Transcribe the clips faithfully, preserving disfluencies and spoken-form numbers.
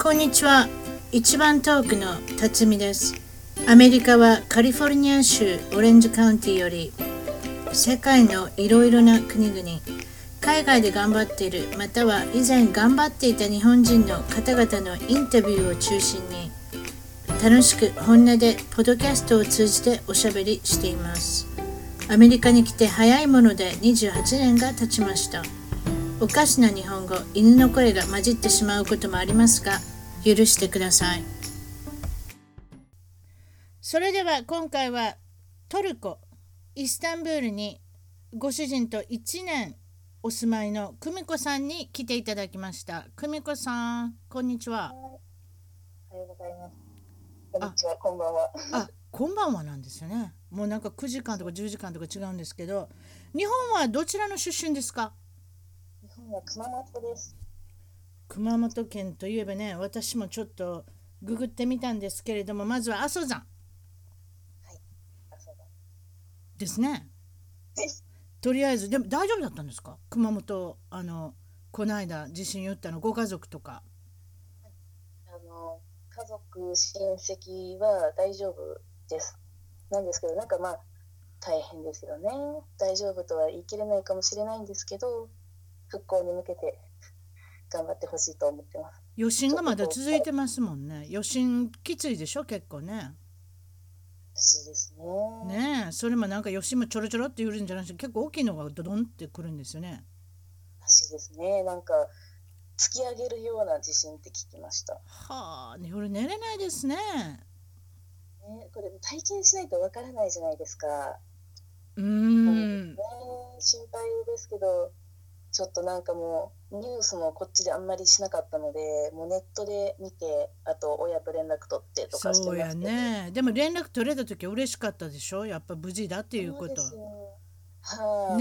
こんにちは。一番遠くの辰巳です。アメリカはカリフォルニア州オレンジカウンティより世界のいろいろな国々、海外で頑張っている、または以前頑張っていた日本人の方々のインタビューを中心に楽しく本音でポッドキャストを通じておしゃべりしています。アメリカに来て早いものでにじゅうはちねんが経ちました。おかしな日本語、犬の声が混じってしまうこともありますが、許してください。それでは今回はトルコ、イスタンブールにご主人といちねんお住まいの久美子さんに来ていただきました。久美子さん、こんにちは。 おはようございます。こんにちは、こんばんは。 あ、こんばんはなんですよね。もうなんかくじかんとかじゅうじかんとか違うんですけど、日本はどちらの出身ですか？ 日本は熊本です。 熊本県といえばね、私もちょっとググってみたんですけれども、まずは阿蘇山はい。あ、そうだ。 ですね。 はい。 とりあえず、でも大丈夫だったんですか？熊本、あのこの間地震打ったの、ご家族とか。 あの、家族、親戚は大丈夫です。なんですけど、なんかまあ、大変ですよね。大丈夫とは言い切れないかもしれないんですけど、復興に向けて頑張ってほしいと思ってます。 余震がまだちょっとこう、 続いてますもんね。余震きついでしょ、結構ね。 欲しいですね。 ねえ、それもなんか余震もちょろちょろって揺れるんじゃなくて、結構大きいのがドドンってくるんですよね。 欲しいですね。なんか、突き上げるような地震って聞きました。 はあ、夜寝れないですね。 ね、これ体験しないとわからないじゃないですか。 うーなのでね、 ん。 心配ですけど、ちょっとなんかもうニュースもこっちであんまりしなかったので、もうネットで見て、あと親と連絡取ってとかしてそうやますけど。 ね。でも連絡取れた時は嬉しかったでしょ、やっぱ無事だっていうそうこと。 ですよ。はい。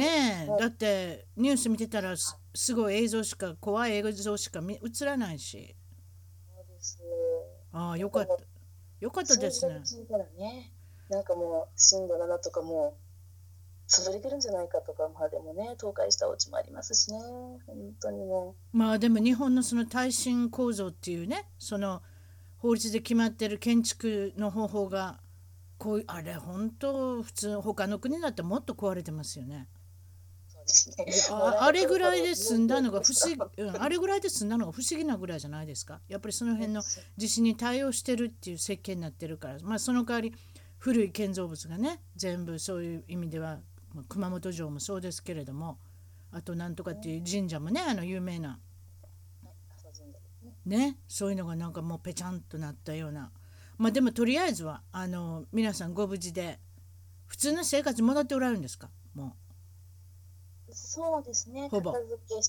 ねえ、 もう、 だってニュース見てたらす、すごい映像しか、怖い映像しか見映らないし。 そうです。 ああ、 なんかもう、 よかった。よかった数字だけですね。 聞いたらね、なんかもう、震度ななとかもう、潰れてるんじゃないかとかまでもね、倒壊したお家もありますしね。本当にもまあでも日本のその耐震構造っていうね、その法律で決まってる建築の方法が、こういうあれ本当普通他の国だってもっと壊れてますよね。 う、そうですね。 いや、 もうあ、 なんかトルコあれぐらいで済んの日本記だのが不憶ですか。 思議、うん、あれぐらいで済んだのが不思議なぐらいじゃないですか。やっぱりその辺のそうです。 地震に対応してるっていう設計になってるから、まあその代わり古い建造物がね、全部そういう意味では、まあ熊本城もそうですけれども、あとなんとかっていう神社もね、あの有名なはい、阿蘇神社ですね。 ね、そういうのがなんかもうぺちゃんとなったような。まあでもとりあえずはあの皆さんご無事で普通の生活戻っておられるんですか？もそうですね。 うほぼ。 片付けして、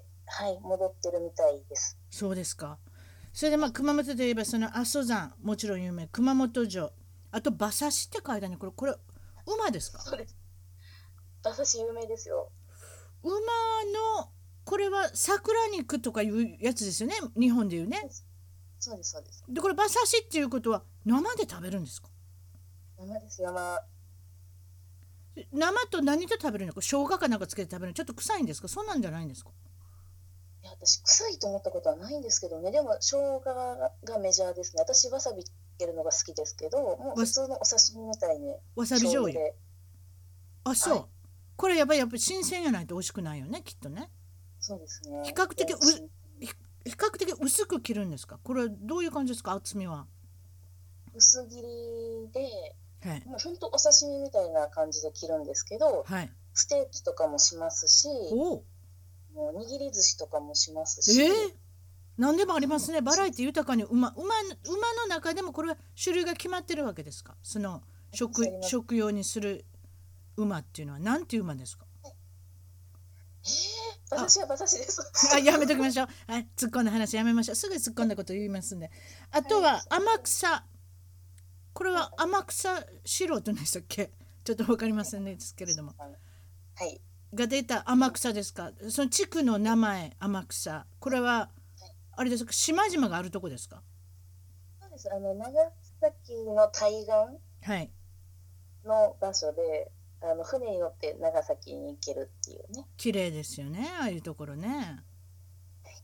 はい、戻ってるみたいです。 そうですか。それでまあ熊本といえばその阿蘇山もちろん有名、熊本城、あと馬刺しって書いてあるね、これこれ馬ですか？ そうです。馬刺し有名ですよ。 馬の、これは桜肉とかいうやつですよね、日本でいうね。 そうです。そうです、そうです。 でこれ馬刺しっていうことは生で食べるんですか？ 生です、生。 生と何と食べるのか、生姜かなんかつけて食べるのちょっと臭いんですか？そんなんじゃないんですか？ いや、私、臭いと思ったことはないんですけどね。でも、生姜がメジャーですね。私、わさびつけるのが好きですけど、もうわ普通のお刺身みたいにわさび醤油。 醤油で。 あ、そう。 はい。 これやっぱりやっぱり新鮮やないと美味しくないよね、きっとね。 そうですね。 比較的うもう新比較的薄く切るんですか？これどういう感じですか？厚みは。 薄切りで、 はい。 もうほんとお刺身みたいな感じで切るんですけど、 はい。 ステーキとかもしますし、 おお。 もう握り寿司とかもしますえー、 し、 何でもあり何ますね。バラエテでもします。 ィ豊かに馬、馬、馬の中でもこれは種類が決まってるわけですか？そのあります、あ食、 ります。 食用にする馬っていうのは何ていう馬ですか？ えー、 あ、 私は馬刺しです。 あ、やめときましょう。はい、突っ込んだ話やめましょう。すぐ突っ込んだこと言いますんで。あはい、 とはすいません。 天草。これはい、 は天草四郎と言うんでしたっけ？ちょっとわかりませんねですけれども。 あのはい。 が出た天草ですか？その地区の名前、天草。これははい。 あれですか？島々があるとこですか？ そうです。あの、長崎の対岸はい。 の場所で、あの、船に乗って長崎に行けるっていうね。 綺麗ですよね、ああいうところね。 はい。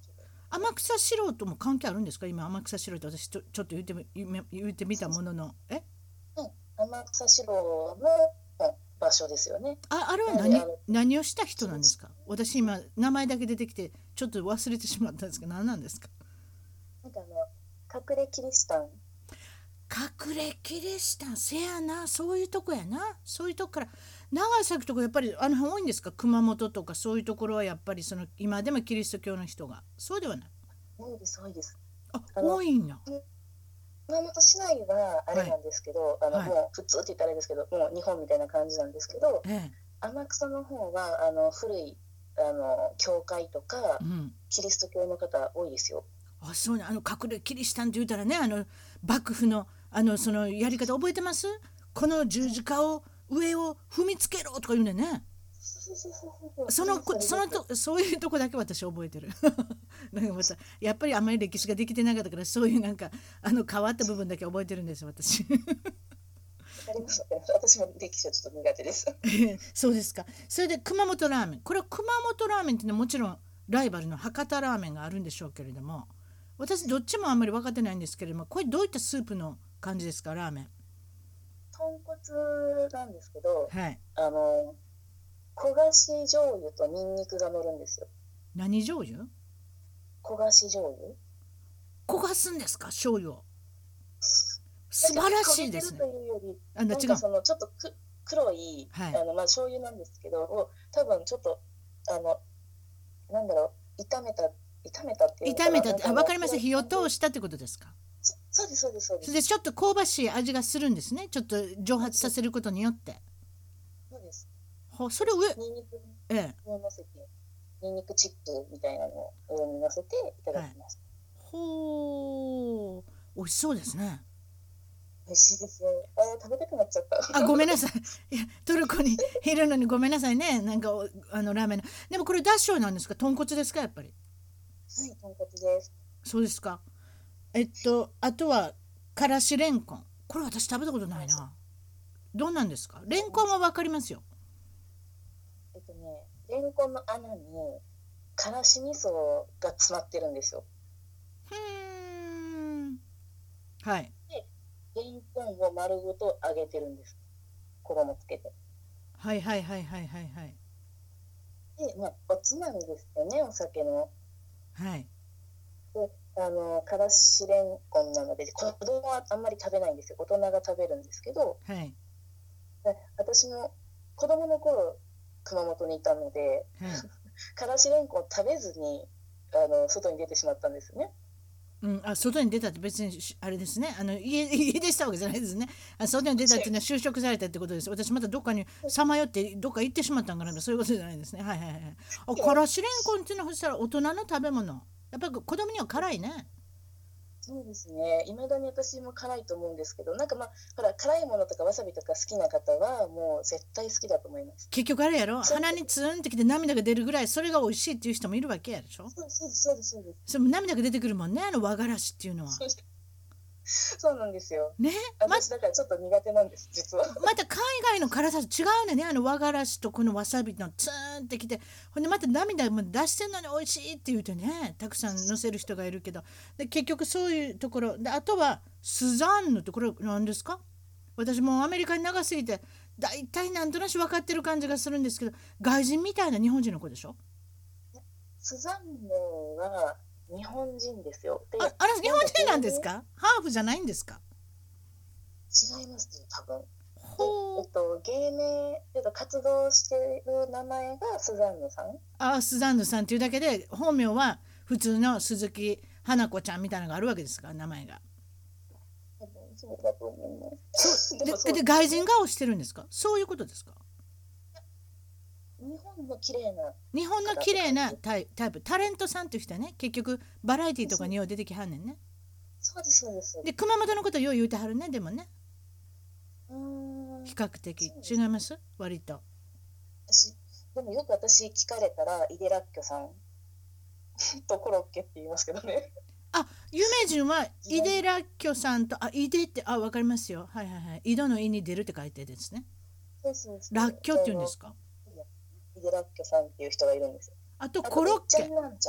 天草四郎とも関係あるんですか？今天草四郎って私ちょ、ちょっと言ってみ言言ってみたものの、えうん、天草四郎の場所ですよね。 あ、あれは何なのであの何をした人なんですか？私今名前だけ出てきてちょっと忘れてしまったんですけど、何なんですか？ なんかあの隠れキリシタン、 隠れキリシタン、せやな、そういうとこやな。そういうとこから長崎とかやっぱりあの辺多いんですか？熊本とかそういうところはやっぱりその今でもキリスト教の人が、そうではない？ 多いです多いです。 あ、 あの多いんや。 熊本市内はあはいれなんですけど、あのはい。 もう普通って言ったらあれですけど、もう日本みたいな感じなんですけど、 ええ、 天草の方はあの古いあの教会とかうん。 キリスト教の方多いですよ。 あ、そうね、あの隠れキリシタンって言うたらね、あの幕府のあのそのやり方覚えてます？この十字架を上を踏みつけろとか言うねんね。 そうそうそうそうそのそうですそのとそういうとこだけ私覚えてる。なんかまたやっぱりあんまり歴史ができてなかったからそういうなんかあの変わった部分だけ覚えてるんです私。 わかりますわかります。私も歴史はちょっと苦手です。 そうですか。それで熊本ラーメン、これは熊本ラーメンっていうのはもちろんライバルの博多ラーメンがあるんでしょうけれども、私どっちもあんまり分かってないんですけれども、これどういったスープの感じですか？ラーメン。 豚骨なんですけど、 はい。 あの焦がし醤油とニンニクが乗るんですよ。 何醤油？ 焦がし醤油。 焦がすんですか？醤油を。 なんか素晴ら焦げてるしいですね。 というより、 あ、違う。 なんかそのちょっとく黒いはい。 あのまあ醤油なんですけど、を多分ちょっとあのなんだろう炒めた炒めたっていうのかな、 炒めたって、あ、 なんかあの分かります。火を通したってことですか？ そそうですそうですそうです。 それでちょっと香ばしい味がするんですね。ちょっと蒸発させることによって。 そうです。 ほ、それ上、 ニンニクええ。 を乗せて、ニンニクチップみたいなのを上に乗せていただはい。 きます。 ほう、美味しそうですね。 美味しいですね。あー、食べたくなっちゃった。はあ、ごめんなさい。いや、トルコにいるのにごめんなさいね。なんかあのラーメンの。でもこれダッシュなんですか？豚骨ですか？やっぱり。 い、豚骨です。 そうですか。えっと、あとは、からしれんこん。これ私食べたことないあ、そうな。どうなんですか？レあります。 ンコンはわかりますよ。 えっとね、レンコンの穴にからし味噌が詰まってるんですよ。 ふーん。はい。 で、レンコンを丸ごと揚げてるんです。衣つけて。 はいはいはいはいはいはい。 で、まあ、おつまみですよね、お酒の。 はい。 で、あの、からしれんこんなので、子供はあんまり食べないんですよ。大人が食べるんですけど、 はい。 で私も子供の頃、熊本にいたので、 はい。 からしれんこん食べずに、あの、外に出てしまったんですよね。 うん、あ、外に出たって別にしあれですね。あの家家出したわけじゃないですね。あ、外に出たっていうのは就職されたってことです。私またどっかにさまよってどっか行ってしまったんかな、そういうことじゃないですね。はいはいはい。あ、からしれんこんっていうのはそしたら大人の食べ物。やっぱり子供には辛いね。 そうですね。いまだに私も辛いと思うんですけど、なんかまあ、ほら、辛いものとかわさびとか好きな方は、もう絶対好きだと思います。 結局あれやろ、 そう鼻にツーンってきて涙が出るぐらいそれが美味しいっていう人もいるわけやでしょ。 そうそうです、そうです、そうです。 それも涙が出てくるもんね、あの和がらしっていうのは。 そうなんですよ。 ね。ま私、だからちょっと苦手なんです、実は。 また海外の辛さと違うねね、あの和がらしとこのわさびのツーンってきて、ほんでまた涙も出してんのに美味しいって言うてね、たくさん乗せる人がいるけど、で結局そういうところで、あとはスザンヌってこれ何ですか？私もうアメリカに長すぎて大体なんとなく分かってる感じがするんですけど、外人みたいな日本人の子でしょ？ スザンヌは日本人ですよ。で、 あ、あれ日本なんか人なんで芸名すか？ハーフじゃないんですか？ 違いますね、多分。で、えほう。 っと、芸名、えっと、活動している名前がスザンヌさん。 あ、スザンヌさんっていうだけで本名は普通の鈴木花子ちゃんみたいなのがあるわけですか？名前が。 多分そうだと思いまそう。 す。でで、 もそうでですよね。 外人顔してるんですか？そういうことですか？ 日本の綺麗な日本の方っ綺麗て感じでなタイタイプ、タレントさんっていう人はね、結局バラエティーとかす。 によう出てきはんねんね。 そうです、そうです。そうでです。 熊本のことよう言うてはるね。でもね、 うーん、 比較的そうですね。 違います？割と。 私、でもよく私聞かれたら、イデラッキョさんとコロッケって言いますけどね。 あ、有名人は時代。 井出らっきょさんと、あ、井出って、あ、わかりますよ。はいはいはい。井戸の井に出るって書いてですね。 そうそうそう。 らっきょって言うんであの、 すか？ イデラッキョさんっていう人がいるんですよ。 あとコあと、いっちゃロッケ。 んなんちゃん。 あ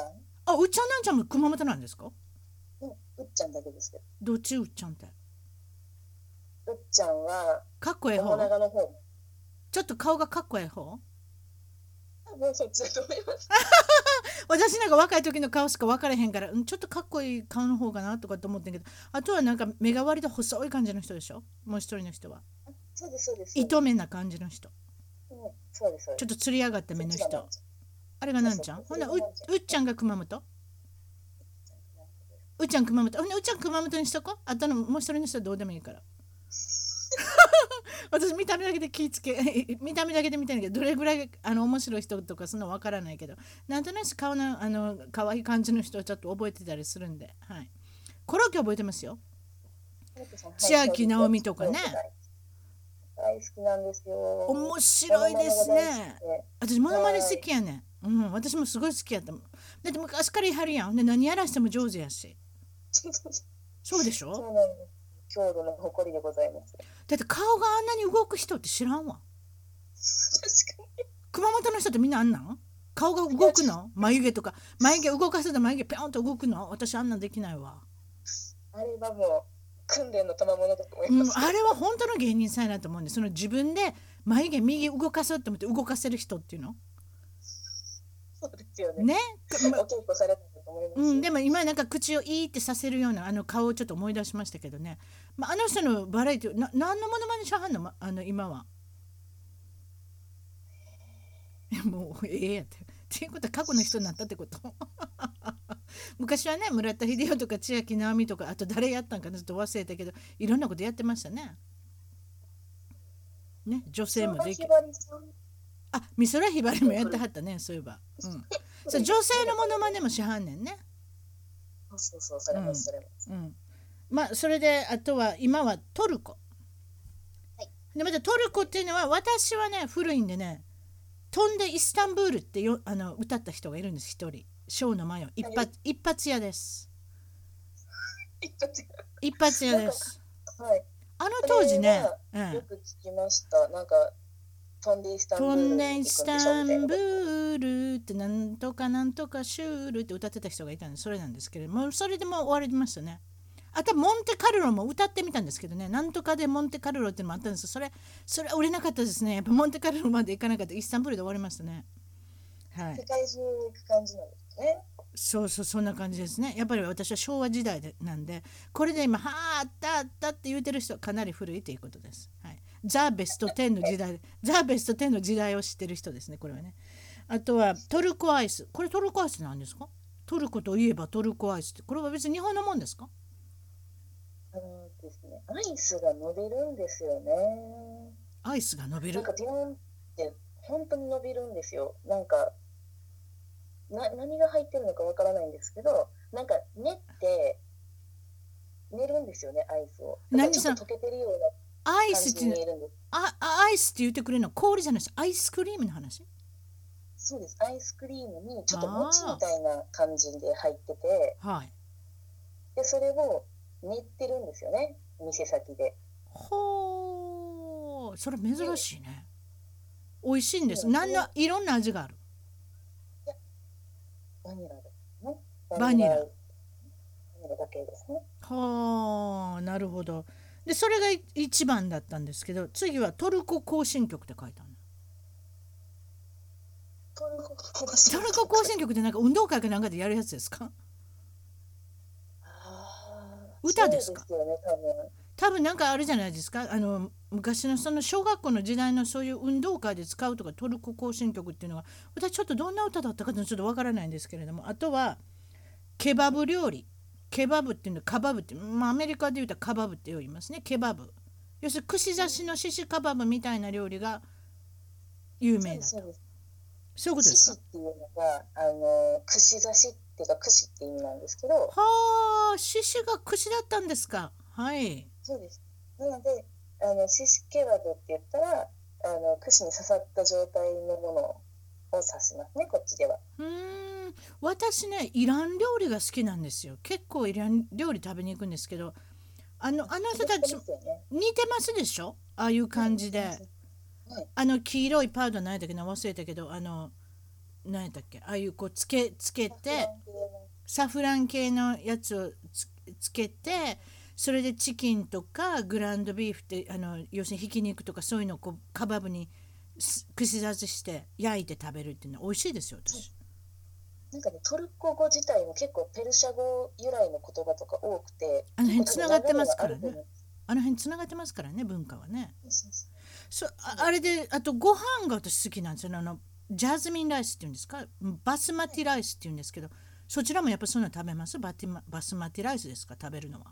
あ、うっちゃんなんちゃんも熊本なんですか？ うん、うっちゃんだけですけど。 どっちうっちゃんって？ うっちゃんは、 かっこええ面方？ 長の方。 ちょっと顔がかっこええ方？ 多分そっちだと思います。 私なんか若い時の顔しか分からへんから、うん、ちょっとかっこいい顔の方かなとかって思ってんけど、あとはなんか目が割と細い感じの人でしょ、もう一人の人は。 そうです、そうです。そうです。 糸目な感じの人。 うん、そうです、そうです。 ちょっとつり上がったそっ目の人。 ちがなんちゃん。 あれがそうそうそう。 なんちゃん？ほな、う、 それがなんちゃん。 うっちゃんが熊本？うっちゃん熊本。ほな、うっちゃん熊本にしとこう。あとのもう一人の人はどうでもいいから。私見た目だけで気ぃつけ見た目だけで見たんだけど、どれぐらいあの面白い人とかそんな分からないけど、なんとなく顔のあの可愛い感じの人をちょっと覚えてたりするんで、はい。コロッケ覚えてますよ。 マコさん、はい、 千そうです。 秋直美とかね。 コロッケ大好きなんですよ。モ面白いですノマネが大好きね。 で。 私モノマネ好はい。 きやねん。うん、私もすごい好きやったもん。だって昔から言いはるやん。で何やらしても上手やし。そうでしょ？ そうなんです。郷土の誇りでございます。 だって顔があんなに動く人って知らんわ。 確かに。 熊本の人ってみんなあんなん？顔が動くの？眉毛とか眉毛動かすと眉毛ピョンと動くの？私あんなんできないわ。 あれはもう訓練の賜物だと思いうん、 ます。 あれは本当の芸人さんやなと思うんで、その自分で眉毛右動かそうと思って動かせる人っていうのそうですよね。 ね。 お稽古されてると思いまうん、 すよ。 でも今なんか口をいいってさせるようなあの顔をちょっと思い出しましたけどね、まあ、あの人のバラエティな何のものまねしはんの、ま、あの今は。もうええやってっていうことは過去の人になったってこと？昔はね、村田秀夫とか千秋直美とか、あと誰やったんかなちょっと忘れたけど、いろんなことやってましたね。ね、女性もでき、 美空ひばりさん。 あ、美空ひばりもやってはったね、そういえば。うん。そう、女性のものまねもしはんねんね。 そうそうそう、そうん。 れもそれも。 うん。まあ、それで、あとは今はトルコ。 はい。 で、またトルコっていうのは、私はね、古いんでね、飛んでイスタンブールってよあの歌った人がいるんです、一人。ショーの前を。一はい。 発、一発屋です。 一発。 一発屋なんか、 です。 はい。 あのそれ当時ね、 はうん。 よく聞きました。なんか、飛んでイスタンブ飛んールにでイス行くんでしょみたいタンブなことを。 ールってなんとかなんとかシュールって歌ってた人がいたんで、それなんですけれども、それでもう終わりましたね。あとモンテカルロも歌ってみたんですけどね、なんとかでモンテカルロっていうのもあったんですけど、それそれは売れなかったですね。やっぱモンテカルロまで行かなかった、イスタンブールで終わりましたね。はい。 世界中行く感じなんですね。 そうそう、そんな感じですね。やっぱり私は昭和時代でなんで、これで今はああったあったって言うてる人はかなり古いということです。はい。ザ・ベストじゅうの時代、ザ・ベストじゅうの時代を知ってる人ですね、これはね。あとはトルコアイス。これトルコアイスなんですか？トルコといえばトルコアイスって、これは別に日本のもんですか？ あのですね、アイスが伸びるんですよね。 アイスが伸びる。 なんかビヨンって本当に伸びるんですよ。なんかな何が入ってるのかわからないんですけど、なんか練って寝るんですよね、アイスを。だからちょっと何さん、 溶けてるようアイな感じスっていうの、 に見えるんです。 ああアイスって言ってくれるのは氷じゃないです。アイスクリームの話。 そうです。アイスクリームにちょっと餅みあたいな感じで入ってて、 あ、はい。 で、それを練ってるんですよね、店先で。 ほー、それ珍で、 しいね。美味しいんです。 そうなんです。そ何のの、 いろんな味がある。 いや、バニラですね。バニラ、 バニラ。 バニラだけですね。 はあ、なるほど。で、それが一番だったんですけど、次はトルコ行進曲って書いてあるの。 トルコ行トル進曲。 コ行進曲ってなんか運動会かなんかでやるやつですか？ ああ、そう歌ですか？ ですよね、多分。 多分なんかあるじゃないですか。あの昔のその小学校の時代のそういう運動会で使うとかトルコ行進曲っていうのは、私ちょっとどんな歌だったかちょっとわからないんですけれども、あとはケバブ料理。ケバブっていうのはカバブって、まあ、アメリカで言うとカバブって言いますね。ケバブ。要するに串刺しのシシカバブみたいな料理が有そうです、 名だと。 そうです。 そういうことですか？ 獅子っていうのが、あの、串刺しっていうか、串って意味なんですけど、 はあ、獅子が串だったんですか。はい。 そうです。なので、あの、シシケバブって言ったら、あの、串に刺さった状態のものを指しますね、こっちでは。 うーん、私ね、イラン料理が好きなんですよ。結構イラン料理食べに行くんですけど、あの、あの食べて人たちますよね。 似てますでしょ、ああいうはい、 感じで。 似てます。はい。 あの黄色いパウダー何やったっけな、忘れたけど、あの、何やったっけ、ああいうこうつけ、つけサフラて、 ン系の。 サフラン系のやつをつつけて、それでチキンとかグランドビーフってあの要するにひき肉とかそういうのをこうカバブにす串刺しして焼いて食べるっていうのは美味しいですよ私。 なんかね、トルコ語自体も結構ペルシャ語由来の言葉とか多くて、 あの辺結構つながってますからね。 多分流れがあると思う。 あの辺つながってますからね、文化はね。 そうそうそああれで、あとご飯が私好きなんですよね。あのジャズミンライスっていうんですか、バスマティライスっていうんですけど、そちらもやっぱそういうの食べます？バティマバスマティライスですか、食べるのは。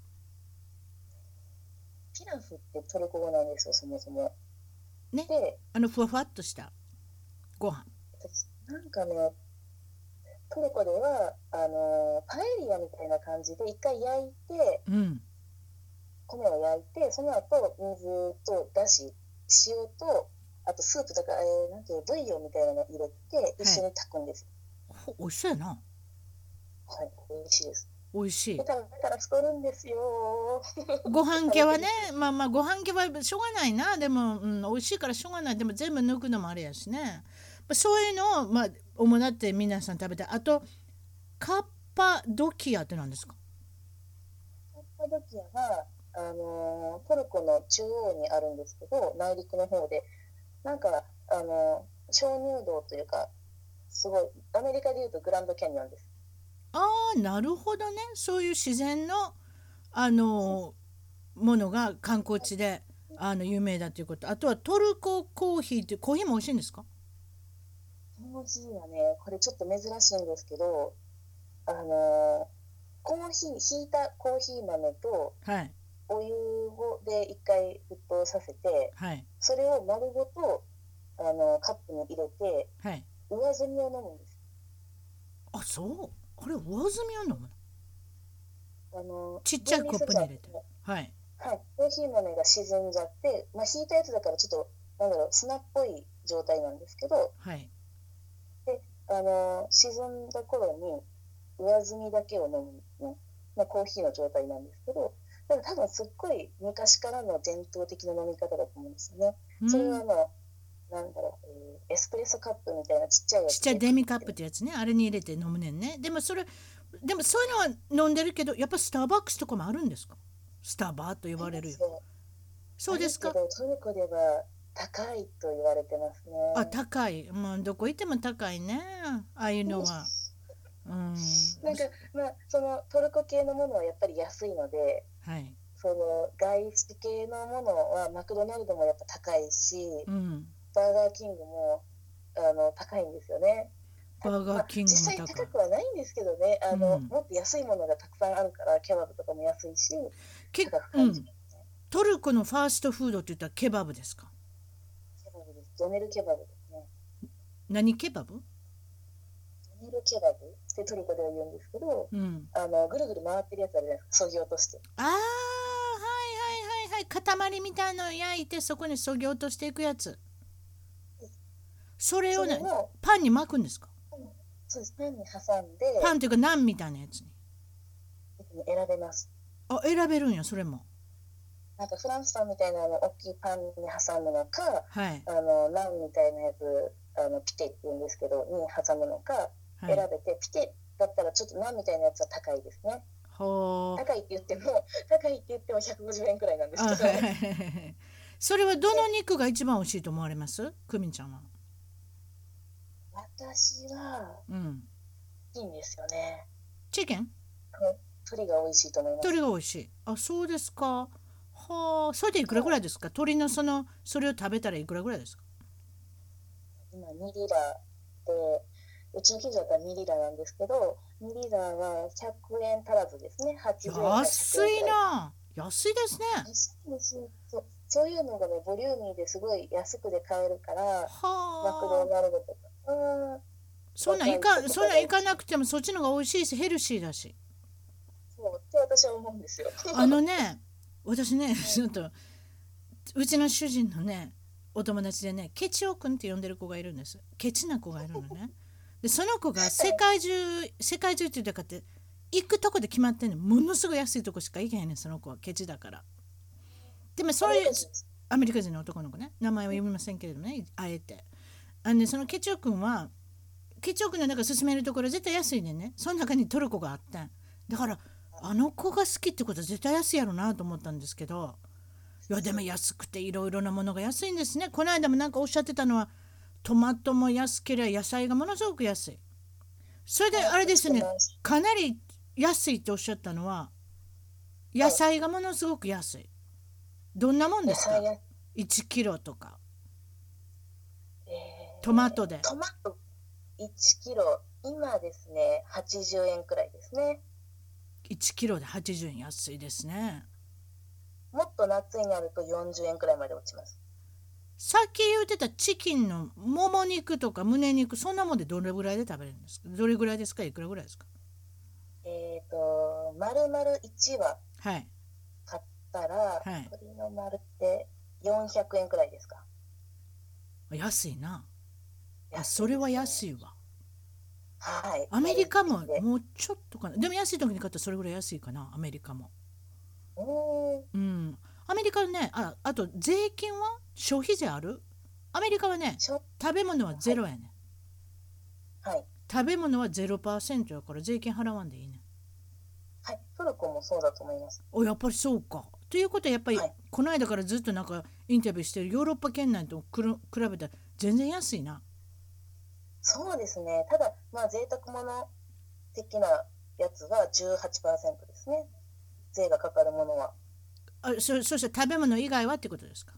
ピラフってトルコ語なんですよ、そもそも。 ね、 で、 あのふわふわっとしたご飯。 なんかね、トルコでは、あのパエリアみたいな感じで、一回焼いて、 うん。 米を焼いて、その後、水とだし、塩と、あとスープとか、えー、なんていうブイヨンみたいなの入れて、一緒に炊くんですよ。 ほ美味しそうやな。 はい、美味しいです。 美味しい。 だから、だから太るんですよ。 ご飯系はね、 食べてるまあまあご飯系はしょうがないな。でも、うん、美味しいからしょうがない。でも全部抜くのもあれやしね。まあそういうのを、まあ、主だって皆さん食べて、あとカッパドキアって何ですか？ カッパドキアは、あのートルコの中央にあるんですけど、内陸の方で、なんか、あのー鍾乳洞というか、すごい、アメリカでいうとグランドキャニオンです。 ああ、なるほどね。そういう自然の、あのものが観光地であの有名だということ。あとはトルココーヒーってコーヒーも美味しいんですか？ コーヒーはね、これちょっと珍しいんですけど、あのーコーヒー、ひいたコーヒー豆とはいお湯をで一回沸騰させて、 はいそれを丸ごと、あのーカップに入れて、 はい。 上澄みを飲むんです。 あ、そう。あれ上澄みを飲むの？ あのちっちゃいコッー分離するプに入れて。 じゃん。 はい。 はい、コーヒー豆が沈んじゃって、まあ、ひいたやつだからちょっと、なんだろう、砂っぽい状態なんですけど、 はい。 で、あのー沈んだ頃に上澄みだけを飲むの、まあ、コーヒーの状態なんですけど、だから多分すっごい昔からの伝統的な飲み方だと思うんですよね。それはあうん。 の、なんだろう、えーエスプレッソカップみたいなちっちゃいやちっちゃいつでデミカップっ買って、 てやつね。あれに入れて飲むねんね。でもそれ、でもそういうのは飲んでるけど、やっぱスターバックスとかもあるんですか？スタバと呼ありばれるよ。 ますよ。 そうですか？ あるけど、トルコでは高いと言われてますあ、 ね。 高い。まあ、どこ行っても高いね。ああいうのは。うん。 なんか、まあ、そのトルコ系のものはやっぱり安いので、 はい。 その外資系のものはマクドナルドもやっぱ高いし、 うん。 バーガーキングもあの高いんですよね。たバーガまあ、 ーキングも実際高い。 高くはないんですけどね、あのうん。 もっと安いものがたくさんあるから、キャバブとかも安いし、 け、 高く感じうん。トルコのファーストフードって言ったらケバブですか？ ケバブです。ドネルケバブですね。 何ケバブ？ ドネルケバブってトルコでは言うんですけど、 うん。 あのぐるぐる回ってるやつあるじゃないですか、そぎ落として。 ああ、はいはいはいはい。塊みたいのを焼いてそこにそぎ落としていくやつ。それをね、 それを、 パンに巻くんですか？ そうです、パンに挟んでパンっていうかナンみたいなやつに。 選べます。 あ、選べるんや、それも。 なんかフランスパンみたいなの大きいパンに挟むのか、 はい。 あのナンみたいなやつ、あのピテって言うんですけど、に挟むのかはい。 選べて、ピテだったらちょっとナンみたいなやつは高いですね。 ほー。 高いって言っても、高いって言ってもひゃくごじゅうえんくらいなんですけあ、 ど、 はいはいはいはい。それはどの肉が一番美味しいと思われます？クミンちゃんは。 私はいうん。 いいんですよね。 チキン？ 鶏が美味しいと思います。 鶏が美味しい。あ、そうですか。はあ、それでいくらぐらいですか？鶏のその、それを食べたらいくらぐらいですか？ 今にリラで、うちの近所だったらにリラなんですけど、にリラはひゃくえん足らずですね。はちじゅうえんからひゃくえ安いんくえんくらい。 な。安いですね。 安いですよ。そう、そういうのがね、ボリューミーですごい安くで買えるから、マクドはあ。 ナルドとか、あそんなんいか、 若い人とそんなんいかかがなくてもそっちの方が美味しいし、ヘルシーだし。 そうって私は思うんですよ。 あのね、私ね、 はい、 ちょっと、うちの主人のね、お友達でね、ケチオくんって呼んでる子がいるんです。ケチな子がいるのね。で、その子が世界中、世界中って言うたかって、行くとこで決まってんねん。ものすごい安いとこしか行けへんねん、その子は。ケチだから。でも、 アメリそういう、 カ人です。 アメリカ人の男の子ね、名前は読みませんけれどもね、あえて。あのね、そのケチオくんは、 ケチョクのなんか勧めるところ絶対安いねんね。その中にトルコがあったんだから、あの子が好きってことは絶対安いやろなと思ったんですけど、いやでも安くていろいろなものが安いんですね。この間もなんかおっしゃってたのは、トマトも安ければ野菜がものすごく安い。それであれですね、かなり安いっておっしゃったのは、野菜がものすごく安い。どんなもんですか？いちキロとか。 えー、 トマトで。 トマトいちキロ、今ですね、はちじゅうえんくらいですね。 いちキロではちじゅうえん、安いですね。 もっと夏になるとよんじゅうえんくらいまで落ちます。 さっき言ってたチキンのもも肉とか胸肉、そんなもんでどれぐらいで食べれるんですか？どれぐらいですか？いくらぐらいですか？ えっ、ー、と、丸々いちわ買ったら、はい、鶏の丸ってよんひゃくえんくらいですか？ 安いな。あ、それは安いわ。 はい。 アメリカももうちょっとかな。でも安い時に買ったらそれぐらい安いかな、アメリカも。うん。アメリカね、あ、あと税金は消費税ある？アメリカはね、食べ物はゼロやね、はい。はい。食べ物はゼロパーセントやから税金払わんでいいね。 はい、トルコもそうだと思います。 お、やっぱりそうか。ということはやっぱり、はい、この間からずっとなんかインタビューしてるヨーロッパ圏内と比べたら全然安いな。 そうですね。ただまあ贅沢物的なやつは じゅうはちパーセント ですね。税がかかるものは。 あ、そ、そして食べ物以外はってことですか？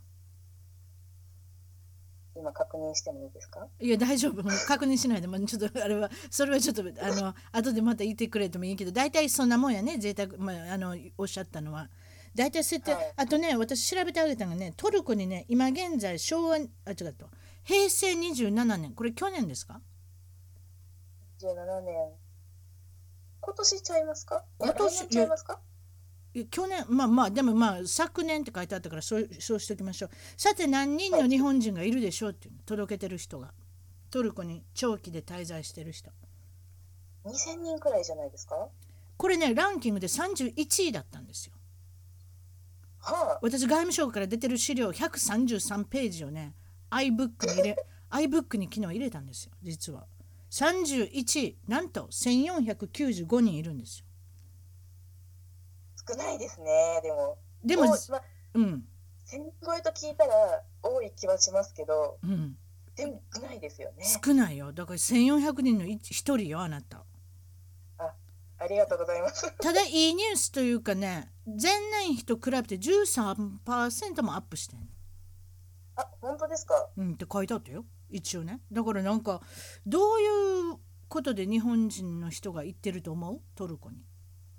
今確認してもいいですか？ いや大丈夫、もう確認しないでもちょっとあれはそれはちょっとあの後でまた言ってくれてもいいけど、大体そんなもんやね、贅沢、まあ、あのおっしゃったのは大体設定、はい、あとね、私調べてあげたのがね、トルコにね今現在昭和あ違った平成にじゅうななねん、これ去年ですか？にじゅうななねん、今年ちゃいますか？今年ちゃいますか？ 去年、まあまあでもまあ昨年って書いてあったからそうそうしておきましょう。さて何人の日本人がいるでしょうっていうの、届けてる人が、トルコに長期で滞在してる人にせんにんくらいじゃないですか？ これねランキングでさんじゅういちいだったんですよ。 はあ、 私外務省から出てる資料ひゃくさんじゅうさんページをね iBook に入れiBook に昨日入れたんですよ。実はさんじゅういちい、なんとせんよんひゃくきゅうじゅうごにんいるんですよ。 少ないですね。でもでも、ま、うん、 せんにん超えと聞いたら多い気はしますけど、 うん、 でも少ないですよね。 少ないよ。だからせんよんひゃくにんのひとりよ、あなた。 あ、ありがとうございます。 ただいいニュースというかね、前年比と比べて じゅうさんパーセント もアップしてん。 あ、本当ですか？ うんって書いてあったよ一応ね。だからなんかどういうことで日本人の人が行ってると思う？トルコに。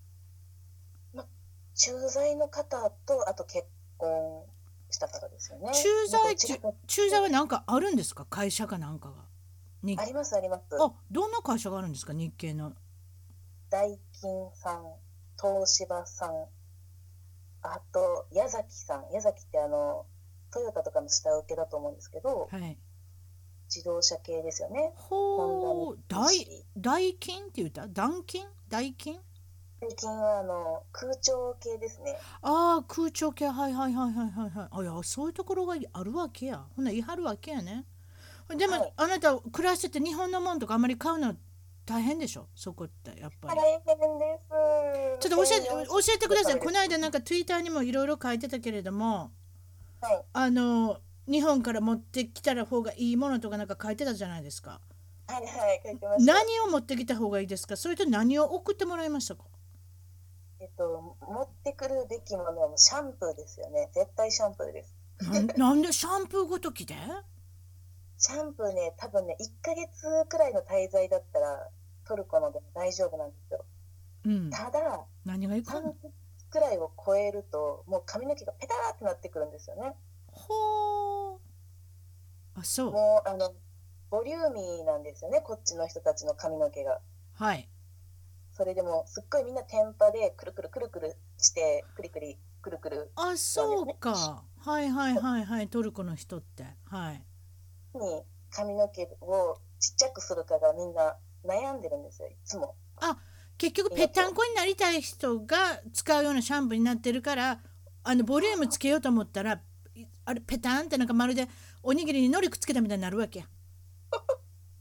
駐在の方とあと結婚した方ですよね。 駐在駐在は何かあるんですか？会社かなんかが。 ありますあります。 あ、どんな会社があるんですか？日系の。 ダイキンさん、東芝さん、あと矢崎さん。矢崎ってあのトヨタとかの下請けだと思うんですけど、はい、自動車系ですよね。 ほう、ダイダイキンって言った？ダンキン？ダイキン？ 最近はあの空調系ですね。 ああ、空調系、はいはいはいはいはいはい。あ、いや、そういうところがあるわけや。ほな、言い張るわけやね。でも、はい、あなた暮らしてて日本のもんとかあんまり買うの大変でしょ？そこってやっぱり。 大変です。 ちょっと教えて教えてください。この間なんかツイッターにもいろいろ書いてたけれども、はい、あの日本から持ってきたら方がいいものとかなんか書いてたじゃないですか。 はいはい書いてました。 何を持ってきた方がいいですか？それと何を送ってもらいましたか？ えっと、持ってくるべきものはシャンプーですよね。絶対シャンプーです。 な, なんでシャンプーごときで？ シャンプーね、多分ね、いっかげつくらいの滞在だったらトルコのでも大丈夫なんですよ。うん、ただ、 何がいいかさんかげつくらいを超えると、もう髪の毛がペターってなってくるんですよね。 ほー。あ、そう。 もう、あの、ボリューミーなんですよね、こっちの人たちの髪の毛が。 はい。 それでもすっごいみんな天パでくるくるくるくるしてくりくりくるくる、ね、 あ、そうか。はいはいはいはい。トルコの人ってはいに髪の毛をちっちゃくするかがみんな悩んでるんですよ、いつも。 あ、結局ぺったんこになりたい人が使うようなシャンプーになってるから、あのボリュームつけようと思ったらあれペタンってなんかまるでおにぎりにのりくっつけたみたいになるわけや。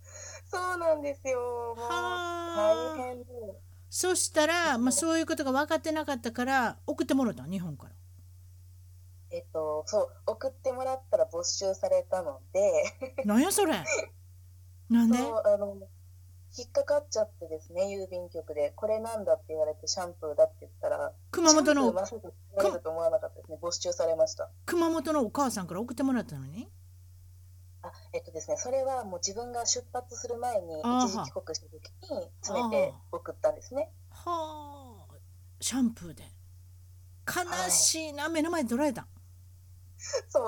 そうなんですよ。もう大はあ。 変で。 そしたら、まあ、そういうことが分かってなかったから送ってもらった日本から。 えっと、そう、送ってもらったら没収されたので、 なんやそれ。なんで。 そう、あの、引っかかっちゃってですね、郵便局で、これなんだって言われて、シャンプーだって言ったら、シャンプー熊本のまさか作れると思わなかったですね、没収されました。 熊本のお母さんから送ってもらったのに。 あ、えっとですね、それはもう自分が出発する前に、 あーは一時帰国した時に詰めてあ送ったんですね。 ーはあ。シャンプーで悲はい。 しいな。目の前で取られた。 そう、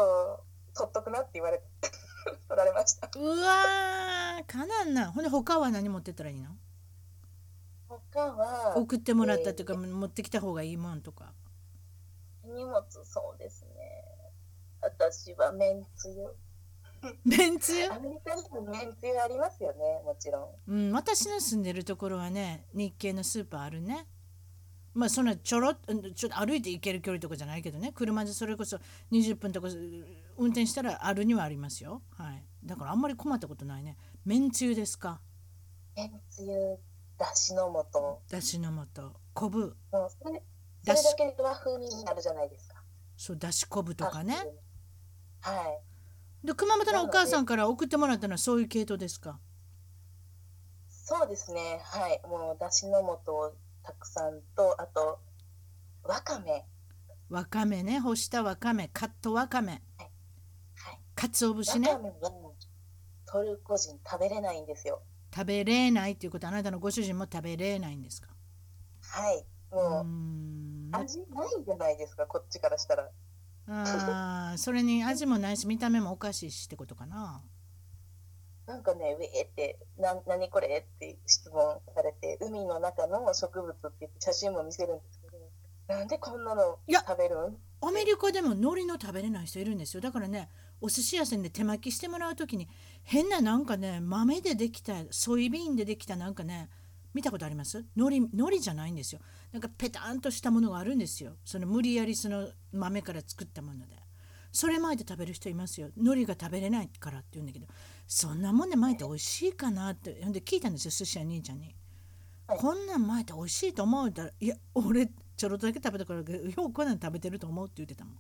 取っとくなって言われて、取られました。 うわーかなんなん。ほんで他は何持ってったらいいの。 他は、 送ってもらったっていうかえ持ってきた方がいいもんとか。 ー荷物、そうですね。私はめんつゆ。 めんつゆ。 アメリカにもめんつゆありますよね、もちろん。 うん、私の住んでるところはね日系のスーパーあるね。まあそんなちょろっうんちょっと歩いて行ける距離とかじゃないけどね、車でそれこそにじゅっぷんとか運転したらあるにはありますよ。はい。だからあんまり困ったことないね。めんつゆですか。 めんつゆ、だしの素。 だしの素、昆布、 もうそれ、そだし、 れだけで和風になるじゃないですか。 そうだし昆布とパかね。 スタで。はい。 で熊本のおなので、 母さんから送ってもらったのはそういう系統ですか。 そうですね。はい。もう、だしの素をたくさんと、あと、わかめ。 わかめね、干したわかめ、カットわかめ、 はい。はい。 かつお節ね。 わかめはトルコ人食べれないんですよ。 食べれないっていうことはあなたのご主人も食べれないんですか。 はい。 うーもう、 んな味ないじゃないですか、こっちからしたら。 あーそれに味もないし見た目もおかしいしってことかな。 なんかね、ウェーって、な、何これって質問されて、海の中の植物って言って写真も見せるんですけど、なんでこんなのいや食べるんっアメて。 リカでも海苔の食べれない人いるんですよ。だからねお寿司屋さんで手巻きしてもらう時に変ななんかね豆でできたソイビーンでできたなんかね見たことあります。海苔海苔じゃないんですよ。なんかペタンとしたものがあるんですよ。その無理やりその豆から作ったものでそれ巻いて食べる人いますよ。海苔が食べれないからって言うんだけどそんなもんで巻いて美味しいかなってほんで聞いたんですよ寿司屋兄ちゃんに。 はい。 こんなん巻いて美味しいと思うたらいや俺ちょろっとだけ食べたからようこんなん食べてると思うって言ってたもん。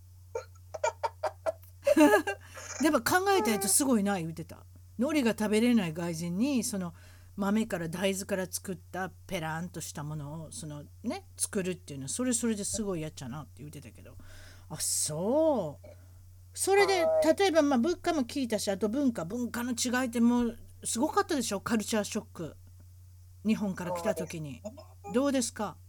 でも考えたやつすごいな言ってた。海苔が食べれない外人にその豆から大豆から作ったペランとしたものをそのね作るっていうのはそれそれですごいやっちゃなって言ってたけど。あそう。それでは例えばまあ物価も聞いたしあと文化文化の違いってもうすごかったでしょ。カルチャーショック日本かい。 ら来そうですた時にね。 どうですか。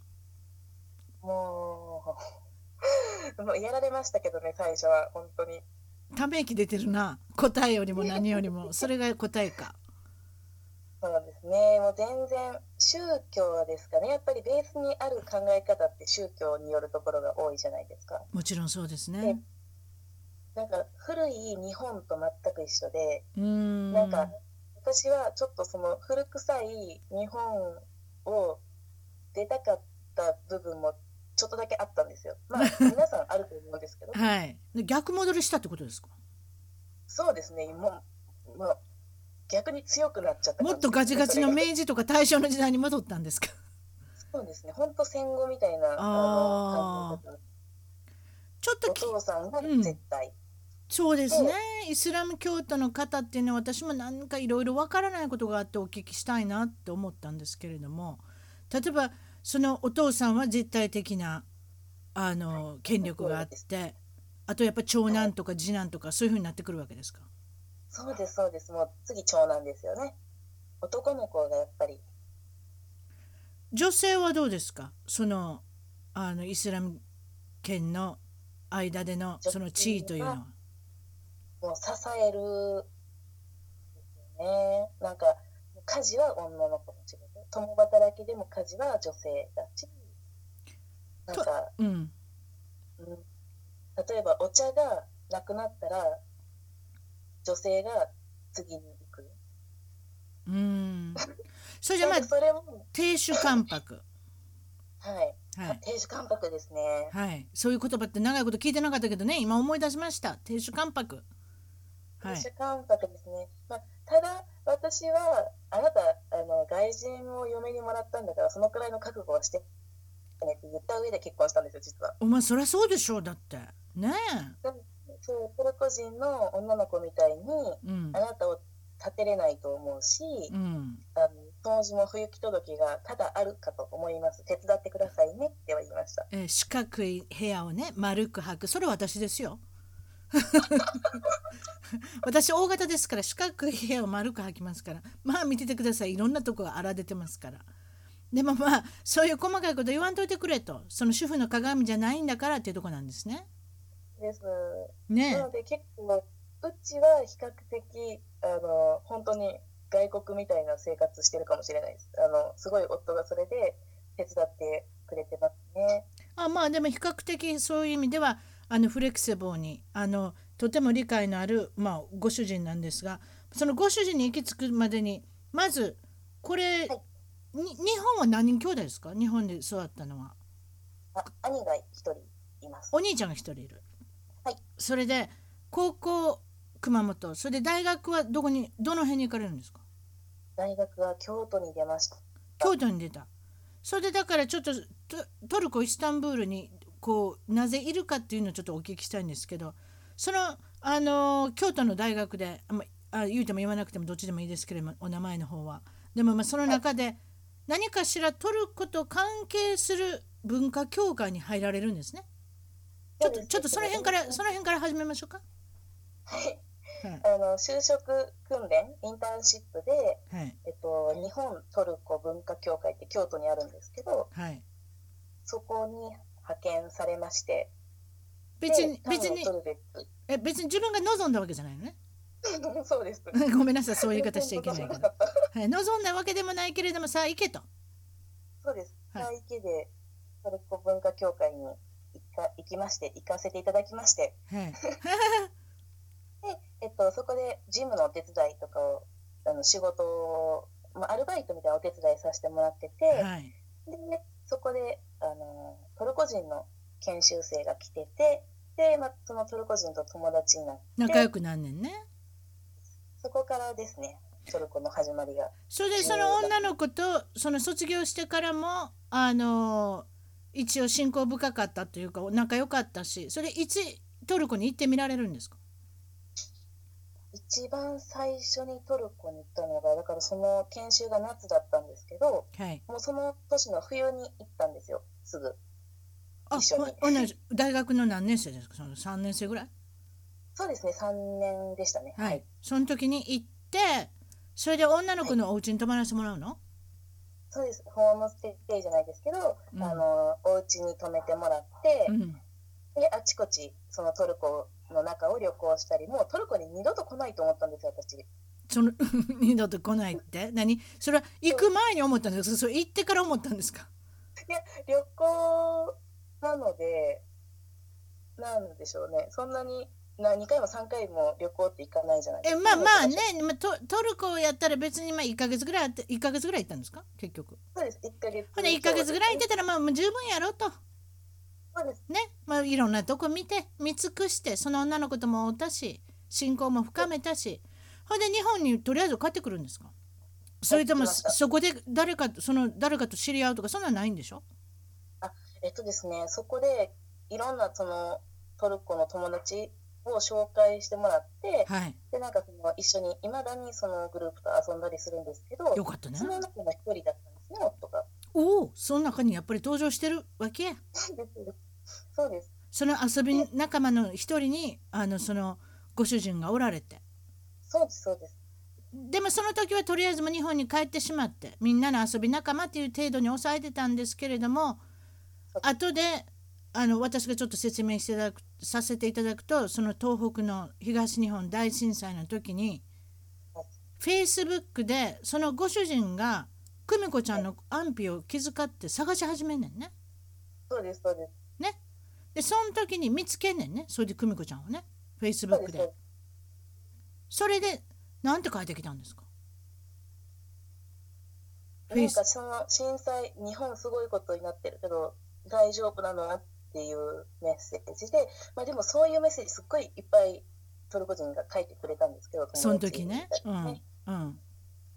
もう、もうやられましたけどね、最初は、本当に。 ため息出てるな答えよりも何よりもそれが答えか。 そうですね。もう全然、宗教ですかね。やっぱりベースにある考え方って宗教によるところが多いじゃないですか。 もちろんそうですで、 ね。 なんか古い日本と全く一緒で、 うーなんかん私はちょっとその古臭い日本を出たかった部分もちょっとだけあったんですよ。まあ皆さんあると思うんですけど、 はい逆戻りしたってことですか。 そうですね。もう、まあ、逆に強くなっちゃったもっとガチ感じですね、それが。 ガチの明治とか大正の時代に戻ったんですか。 そうですね。本当戦後みたいなあの考えああ方。 ちょっとおき父さんがうん絶対そうですね。 で、 イスラム教徒の方っていうのは私も何かいろいろわからないことがあってお聞きしたいなって思ったんですけれども例えばそのお父さんは絶対的なあはい、 の権力があっそうです。 てあとやっぱ長はい。 男とか次男とかそういうふうになってくるわけですか。 そうです、そうです。もう次長男ですよね。男の子がやっぱり、 女性はどうですか。そのあのイスラム圏の間での女その地位と性はいうのは。 もう支えるですよね。なんか、家事は女の子の仕事。共働きでも家事は女性だし、なんとか、 うんうん、例えばお茶がなくなったら、女性が次に行く。 うーんそれじゃなんまあかそれも、 亭主関白。 はい。 はい亭主関白ですね。 はいそういう言葉って長いこと聞いてなかったけどね今思い出しました。亭主関白。はい亭主関白ですね。まあ、ただ、私は、 あなたあの外人を嫁にもらったんだからそのくらいの覚悟はしてねって言った上で結婚したんですよ、実は。 お前そりゃそうでしょう。だってねでそうトルコ人の女の子みたいにえ。うんあなたを立てれないと思うし、 うんあの当時も不行き届きがただあるかと思います。手伝ってくださいねっては言いました。 えー四角い部屋をね丸く履く、それ私ですよ。私大型ですから四角い部屋を丸く履きますから、まあ見ててください、いろんなとこが荒出てますから。でもまあそういう細かいこと言わんといてくれと、その主婦の鏡じゃないんだからっていうとこなんですね。 です。なねので結構うちは比較的あの本当に外国みたいな生活してるかもしれないです。あのすごい夫がそれで手伝ってくれてますね。 え。あ、まあでも比較的そういう意味ではあのフレキシブルに、あのとても理解のある、まあ、ご主人なんですが、そのご主人に行き着くまでにまずこれ、 はい。 に日本は何人兄弟ですか？日本で育ったのは。 あ、兄が一人います。 お兄ちゃんが一人いる。 はい。 それで高校熊本、それで大学はどこに、どの辺に行かれるんですか？ 大学は京都に出ました。 京都に出た。それでだからちょっとトトルコイスタンブールにこうなぜいるかっていうのをちょっとお聞きしたいんですけど、そのあの京都の大学で、あまあ言うても言わなくてもどっちでもいいですけれども、お名前の方はでもまあそのはい。 中で何かしらトルコと関係する文化協会に入られるんですね。ちょっとそうです。 ちょっとその辺から、 えっとね、 その辺から始めましょうか。 はい。 はいあの就職訓練、インターンシップで、 はいえっと、日本トルコ文化協会って京都にあるんですけど、 はい。 そこに派遣されまして、 別で、単をに別に取るべく、 え別に自分が望んだわけじゃないのね。 そうです。 ごめんなさい、そういう言い方しちゃい全然けないけど、 望まなかった。 はい、望んだわけでもないけれども、さあ行けと。 そうです。 はいさあ、池でトルコ文化協会に行か行きまして、行かせていただきまして、 はいで、えっと、そこで事務のお手伝いとかを、あの仕事を、まあ、アルバイトみたいなお手伝いさせてもらってて、 はいで、そこで、あの、トルコ人の研修生が来てて、で、まあ、そのトルコ人と友達になって、 仲良くなんねんね。 そこからですね、トルコの始まりが、 それでそのじゅうな女の子とその卒業してからもあの一応親交深かったというか仲良かったし、それいつトルコに行ってみられるんですか？ 一番最初にトルコに行ったのが、だからその研修が夏だったんですけど、 はいもうその年の冬に行ったんですよ、すぐ、 あ一緒に。 ほ同じ大学の何年生ですか？そのさんねん生ぐらい。 そうですね、さんねんでしたね。 はい、 はい。 その時に行って、それで女のはい。 子のお家に泊まらせてもらうの？ そうです。ホームステイじゃないですけど、あうんの、お家に泊めてもらって、 うんで、あちこち、そのトルコの中を旅行したり、もうトルコに二度と来ないと思ったんですよ、私。いその二度と来ないって何？それは行く前に思ったんですか？それ行ってから思ったんですか？ や、旅行なので、なんでしょうね。そんなに、なにかいもさんかいも旅行って行かないじゃないえ、 ですか、 まあまあね、 珍しい。 まあ、ト、トルコやったら別にまあいっかげつぐらいあって、いっかげつぐらい行ったんですか結局？ そうです。いっかげつほんで1ヶ月ぐらい行っ強ですね。 てたらまあもう十分やろと。 そうです。 ね。まあいろんなとこ見て、見尽くして、その女の子とも会ったし、親交も深めたし、ほんで日本にとりあえず帰ってくるんですか？そ帰っれともてきました。 そそこで誰かと、その誰かと知り合うとかそんなんないんでしょ？ あ、えっとですね、そこでいろんなそのトルコの友達を紹介してもらって、 はい。 で、なんかその一緒に、いまだにそのグループと遊んだりするんですけど、 よかったね。 その中の一人だったんですね、夫が。 おお、その中にやっぱり登場してるわけや。 そうです。 その遊びで、 仲間の一人に、あの、そのご主人がおられて。 そうです、そうです。 でもその時はとりあえずも日本に帰ってしまってみんなの遊び仲間っていう程度に抑えてたんですけれども、 そう後であの私がちょっと説明していただくさせていただくと、その東北の東日本大震災の時にはい。 フェイスブックでそのご主人が久美子ちゃはい。 んの安否を気遣って探し始めんねんね。 そうです、そうです。 ね。でその時に見つけんねんね、それで久美子ちゃんをね、フェイスブそうです、そうックで。 です。 それでなんて書いてきたんですか？フェイスなんかその震災、日本すごいことになってるけど、大丈夫なのっていうメッセージで、まあでもそういうメッセージすっごいいっぱいトルコ人が書いてくれたんですけど、友その達時ね。 みたいうんなね。 うん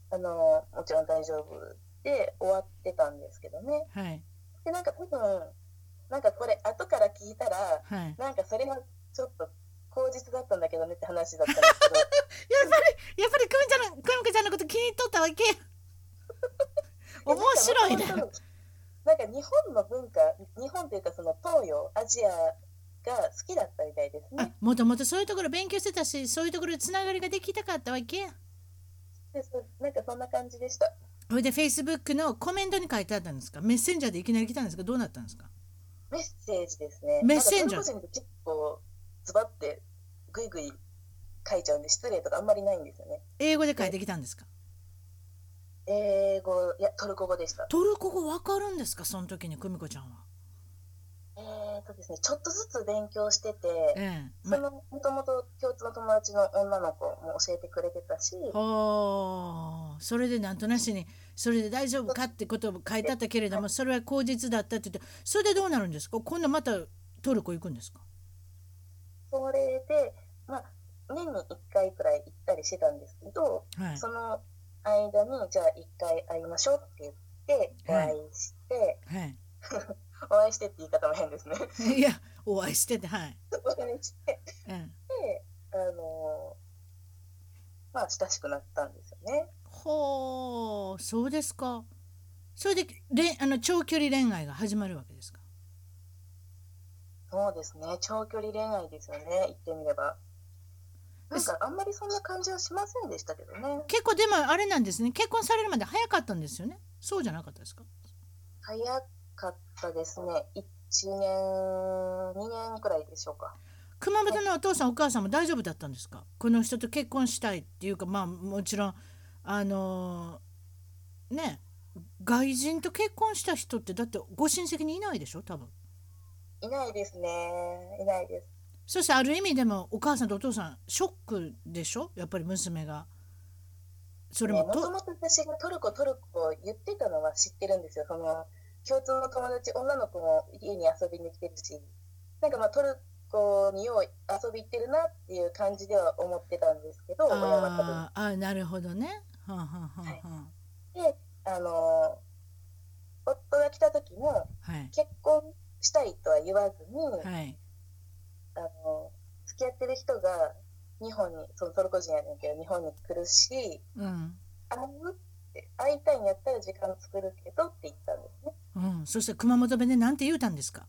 あのもちろん大丈夫で終わってたんですけどね。 はい。 でなんか多分なんかこれ後から聞いたら、 はい。 なんかそれはちょっと口実だったんだけどねって話だったんですけど、 やっぱり、やっぱり、くみちゃんの、くみこちゃんのこと気に入っとったわけ。 いや面なんかもと白いね。 もとなんか日本の文化、日本というかその東洋アジアが好きだったみたいですあ、 ね。 もともとそういうところ勉強してたし、そういうところでつながりができたかったわけや。 でそうなんかそんな感じでした。 それで、フェイスブックのコメントに書いてあったんですか？メッセンジャーでいきなり来たんですか？どうなったんですか？ メッセージですね。 メッなんかトルセンジャーで。 コ人って結構ズバってグイグイ書いちゃうんで失礼とかあんまりないんですよね。 英語で書いで、 てきたんですか？ 英語、いや、トルコ語でした。 トルコ語わかるんですか？その時に、久美子ちゃんは。 えーとですね、ちょっとずつ勉強してて、 ええ。ま、 その、もともと共通の友達の女の子も教えてくれてたし、 ほー。それでなんとなしに、それで大丈夫かってことを書いてあったけれども、それは口実だったって言って、それでどうなるんですか？今度またトルコ行くんですか？ それで、まあ、年にいっかいくらい行ったりしてたんですけど、 はい。 その間に、じゃあいっかい会いましょうって言って、おはい。 会いして、 はい。 お会いしてって言い方も変ですね。 いや、お会いしてて、はい。 お会いして、 うん。 で、あのまあ、親しくなったんですよね。 ほー、そうですか。それで、れんあの長距離恋愛が始まるわけですか？ そうですね、長距離恋愛ですよね、言ってみれば。なんかあんまりそんな感じはしませんでしたけどね。 結構でもあれなんですね。結婚されるまで早かったんですよね。そうじゃなかったですか？ 早かったですね。いちねん、にねんくらいでしょうか。 熊ね、 本のお父さんお母さんも大丈夫だったんですか？この人と結婚したいっていうか、まあもちろんあのーね、外人と結婚した人ってだってご親戚にいないでしょ多分。 いないですね。いないです。 そしてある意味でもお母さんとお父さんショックでしょやっぱり娘が。それもね、もとともと私がトルコトルコ言ってたのは知ってるんですよ。その共通の友達、女の子も家に遊びに来てるし、なんかまあトルコによう遊び行ってるなっていう感じでは思ってたんですけど、親は多分。 あーあー、なるほどね。はあ、はあははい。 あはで、あの夫が来た時もあ、はい結婚したいとは言わずに、 はい。 あの付き合ってる人が日本に、そのトルコ人やねんけど日本に来るし、 うん。 会うって会いたいんやったら時間作るけどって言ったんですね。 うん、そして熊本弁でなんて言うたんですか？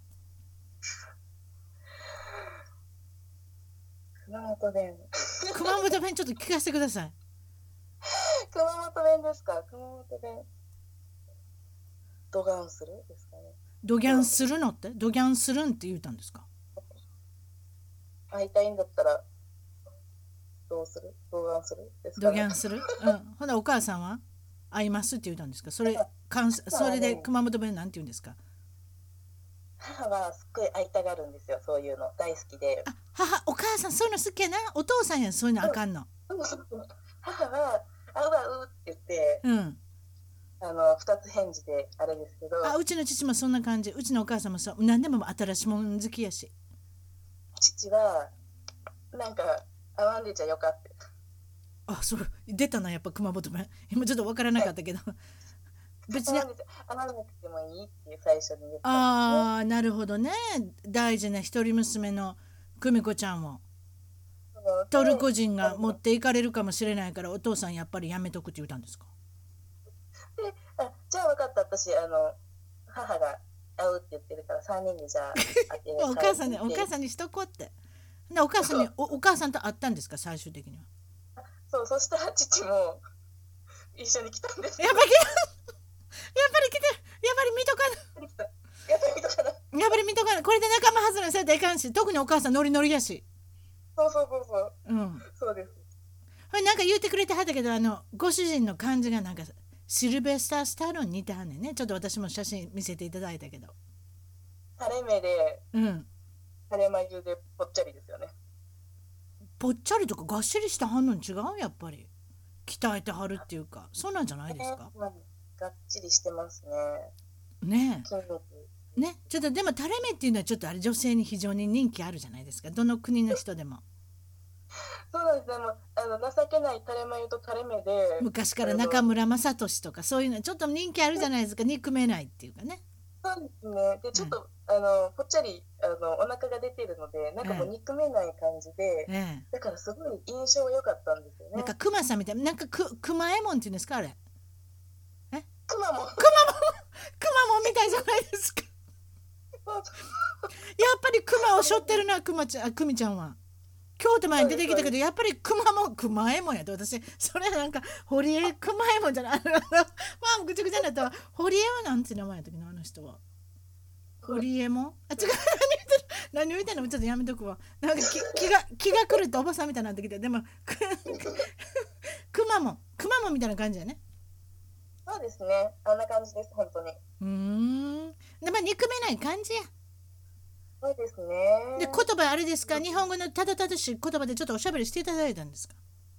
熊本弁。 熊本弁ちょっと聞かせてください。 熊本弁ですか？熊本弁。ドガンするですかね。 ドギャンどうするのってドギャンするんって言うたんですか？ 会いたいんだったらどうするドガンするですかね。 ドギャンする、うん、ほなお母さんは会いますって言うたんですか？それ関それで母はね、 熊本弁なんて言うんですか？ 母はすっごい会いたがるんですよ。そういうの大好きで。 あ、母お母さんそういうの好きやな。お父さんやそういうのあかんの。 うんそうそう母は会う会うって言って、 うん。 あのふたつ返事であれですけど、 あ、うちの父もそんな感じ。うちのお母さんもそう。何でも新しいもん好きやし。 父はなんか会わんでちゃよかって。 あ、そう出たなやっぱ熊本弁。今ちょっとわからなかったけど。別に。 会わんでちゃ会わなくてもいいって最初に言ったんですね。 ああ、なるほどね。大事な一人娘の久美子ちゃんをそうトルで、 コ人が持っあのていかれるかもしれないからお父さんやっぱりやめとくって言ったんですか？ であじゃあ分かった、私あの母が会うって言ってるからさんにんでじゃあ会ってお母さんにお帰るって。 母さんにしとこうって。でお母さんにお、お母さんと会ったんですか最終的には？ そうそしたら父も一緒に来たんですよ。 やっぱりやっぱり来てる。やっぱり見とかやっぱり見とかな。 なやっぱり見とかなこれで仲間外れされたらいかんし、特にお母さんノリノリやし。 そうそうそうそう。 うん。 そうです。 これなんか言ってくれてはったけど、あのご主人の感じがなんかシルベスター・スタローンに似てはんねんね。ちょっと私も写真見せていただいたけど。 垂れ目で、 うん。 垂れ眉でぽっちゃりですよね。 ぽっちゃりとかがっしりしてはんのに違うやっぱり。鍛えてはるっていうか、そうなんじゃないですか？ まあ、がっちりしてますね。 ね筋肉。 え。ね。ちょっとでも垂れ目っていうのはちょっとあれ女性に非常に人気あるじゃないですか。どの国の人でも。 そうなんですね。もうあの情けない垂れ眉と垂れ目で、 昔からあの中村雅俊とかそういうのちょっと人気あるじゃないですか。憎めないっていうかね。 そうですね。で、 うん、 ちょっとあのぽっちゃりあのお腹が出てるので、なんかもうえ憎めない感じで、 えええ、 だからすごい印象良かったんですよね。 なんか熊さんみたいな、なんかく熊右衛門っていうんですかあれ。え、 くまモン。 熊もんみたいじゃないですか。やっぱり熊を背負ってるな、熊ちゃん、あ、久美ちゃんは。京都前に出てきたけど、やっぱり熊も熊右衛門やと私、それなんか堀江熊右衛門じゃない、あの、ファンぐちゃぐちゃになったわ。堀江はなんて名前やったっけな、あの人は。堀江もあ、違う、何言うてんの、ちょっとやめとくわ。なんか気気が気が狂ったおばさんみたいになってきて、でもくまモンくまモンみたいな感じやね。 そうですね。あんな感じです、本当に。 うーん、でまあ憎めない感じや。 そうですで言ね。 葉あれですか、日本語のただただしい言葉でちょっとおしゃべりしていただいたんですか。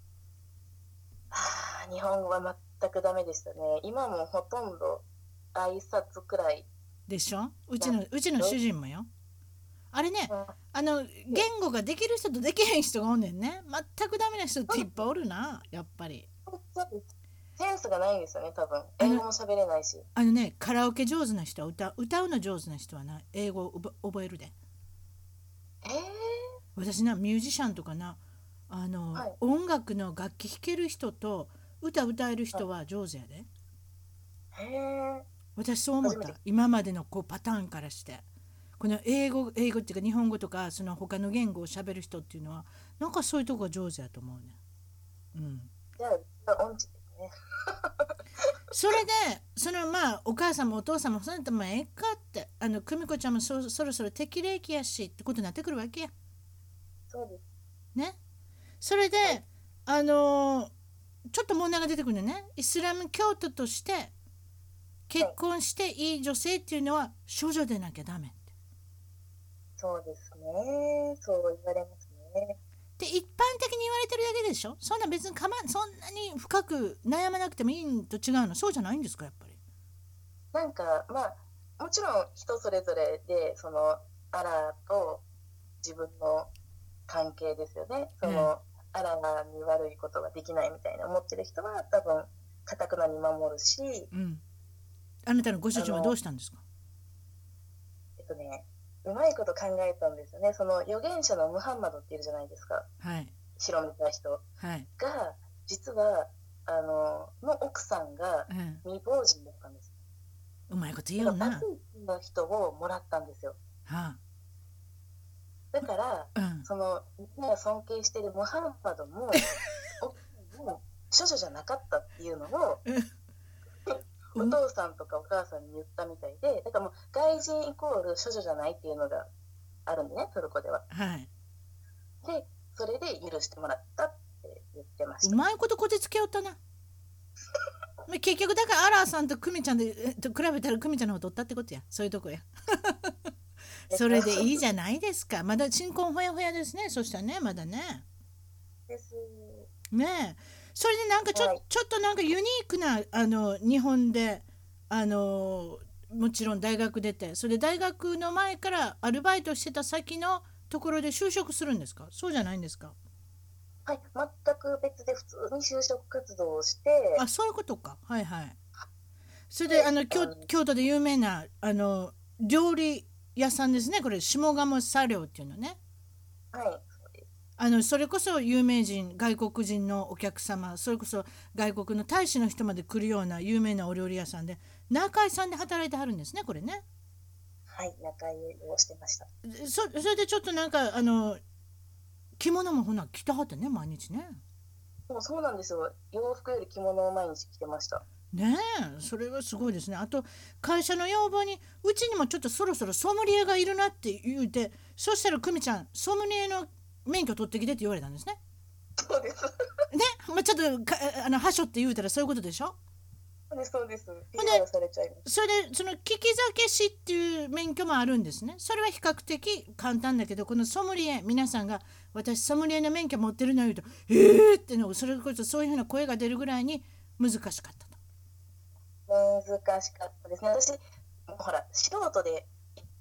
ああ、日本語は全くダメでしたね。今もほとんど挨拶くらいでしょ、うちなんのうちの主人もよ。あれね、 か。 あの言語ができる人とできへん人がおんねんね。全くダメな人っていっぱいおるな、やっぱり。 そうです。センスがないんですよね、多分。 あの英語も喋れないし。 あのね、カラオケ上手な人は歌歌うの上手な人はな、英語を覚覚えるで。 ええ私な、ミュージシャンとかな、あのー、はい。 音楽の楽器弾ける人と歌歌えるは人は上手やで。 い。へえ、 私そう思った、 初めて。 今までのこうパターンからして。この英語英語っていうか日本語とかその他の言語を喋る人っていうのはなんかそういうとこが上手やと思うね。うん。 じゃあ、音痴ですね。 それでそのまあお母さんもお父さんもそれだったらまあええかって、あの久美子ちゃんもそそろそろ適齢期やしってことになってくるわけやそうです。 ね。それではい。 あのーちょっと問題が出てくるね。イスラム教徒として結はい。 婚していい女性っていうのは処女でなきゃダメって。 そうですね。そう言われますね。 で一般的に言われてるだけでしょ。そんな別にかまそんなに深く悩まなくてもいいんと違うの。そうじゃないんですかやっぱり。 なんか、まあ、もちろん人それぞれで、その、アラーと自分の関係ですよね。そえの、アラーに悪いことができないみたいな思ってる人は、多分、かたくなに守るし、 え、うん。あなたのご主人はどあの、 うしたんですか。 えっとね、うまいこと考えたんですよね。その預言者のムハンマドっているじゃないですか。 はい、 白めた人はい、 が、実は、あの、の奥さんがうん、 未亡人だったんです。 うまいこと言だから、バうな。 ツイチの人をもらったんですよ。 はだから、 あ、うん、 その、みんなが尊敬しているムハンマドも、奥さんも処女じゃなかったっていうのを、おうん、 父さんとかお母さんに言ったみたいで、だからもう外人イコール処女じゃないっていうのがあるんでね、トルコでは。 はい。 で、それで許してもらったって言ってましうた。 まいことこじつけよったな。結局だからアラーさんとクミちゃんでえっと比べたらクミちゃんの方取ったってことや。そういうとこや。 でそれでいいじゃないですか。まだ新婚ほやほやですね。そしたらね、まだね。 です。 ねえ。それでなんかちょはい。 ちょっとなんかユニークなあの日本であのもちろん大学出て、それで大学の前からアルバイトしてた先のところで就職するんですか。そうじゃないんですか。 はい。全く別で普通に就職活動をして、 あ、そういうことか。はいはい。それであで、 の京、 あの、 京都で有名なあの料理屋さんですね。これ下鴨茶寮っていうのね。 はい。そうです。 あのそれこそ有名人外国人のお客様、それこそ外国の大使の人まで来るような有名なお料理屋さんで中井さんで働いてはるんですねこれね。 はい。仲居をしてました。 そそれでちょっとなんかあの着物もほな着てはってね毎日ね。 でもそうなんですよ。洋服より着物を毎日着てました。 ねえ、それはすごいですね。あと会社の要望にうちにもちょっとそろそろソムリエがいるなって言うて、そしたら久美ちゃんソムリエの免許取ってきてって言われたんですね。 そうです。 ね、まあ、ちょっとかあのはしょって言うたらそういうことでしょ。 そうです、そうです。 ほんでピーアール されちゃいます。 それでその利き酒師っていう免許もあるんですね。それは比較的簡単だけど、このソムリエ、皆さんが私ソムリエの免許持ってるの言うとえーってのそれこそそういうふうな声が出るぐらいに難しかったと。 難しかったですね。私、ほら、素人で行っ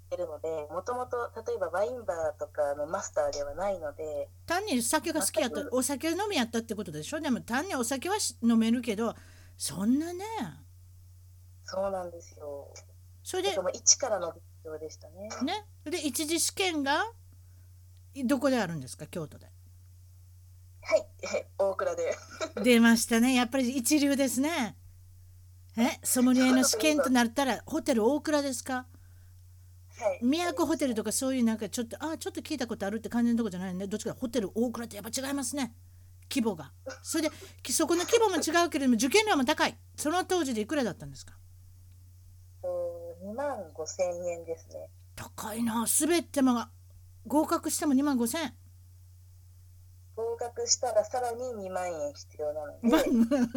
ってるので、もともと例えばワインバーとかのマスターではないので、 単に酒が好きやった、 全く、 お酒飲みやったってことでしょ。でも単にお酒はし飲めるけど、そんなね。 そうなんですよ。 それでだからもう一からの勉強でしたね。 ね、で一次試験がどこであるんですか？京都で。 はい、大倉で。 出ましたね。やっぱり一流ですね。え、ソムリエの試験となったらホテル大倉ですか？ はい、あり都ホました。 テルとかそういうなんかちょっとあちょっと聞いたことあるって感じのとこじゃないね。どっちかホテル大倉ってやっぱ違いますね。規模が。それできそこの規模も違うけれども受験料も高い。その当時でいくらだったんですか？ とにまんごせんえんですね。 高いな。すべても合格してもにまんごせん。 合格したらさらににまんえん必要なので、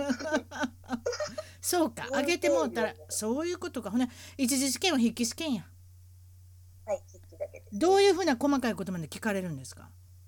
そうか、上げてもうたらそういうことか。ほな一次試験は筆記試験や。 はい、筆記だけですね。 どういうふうな細かいことまで聞かれるんですか？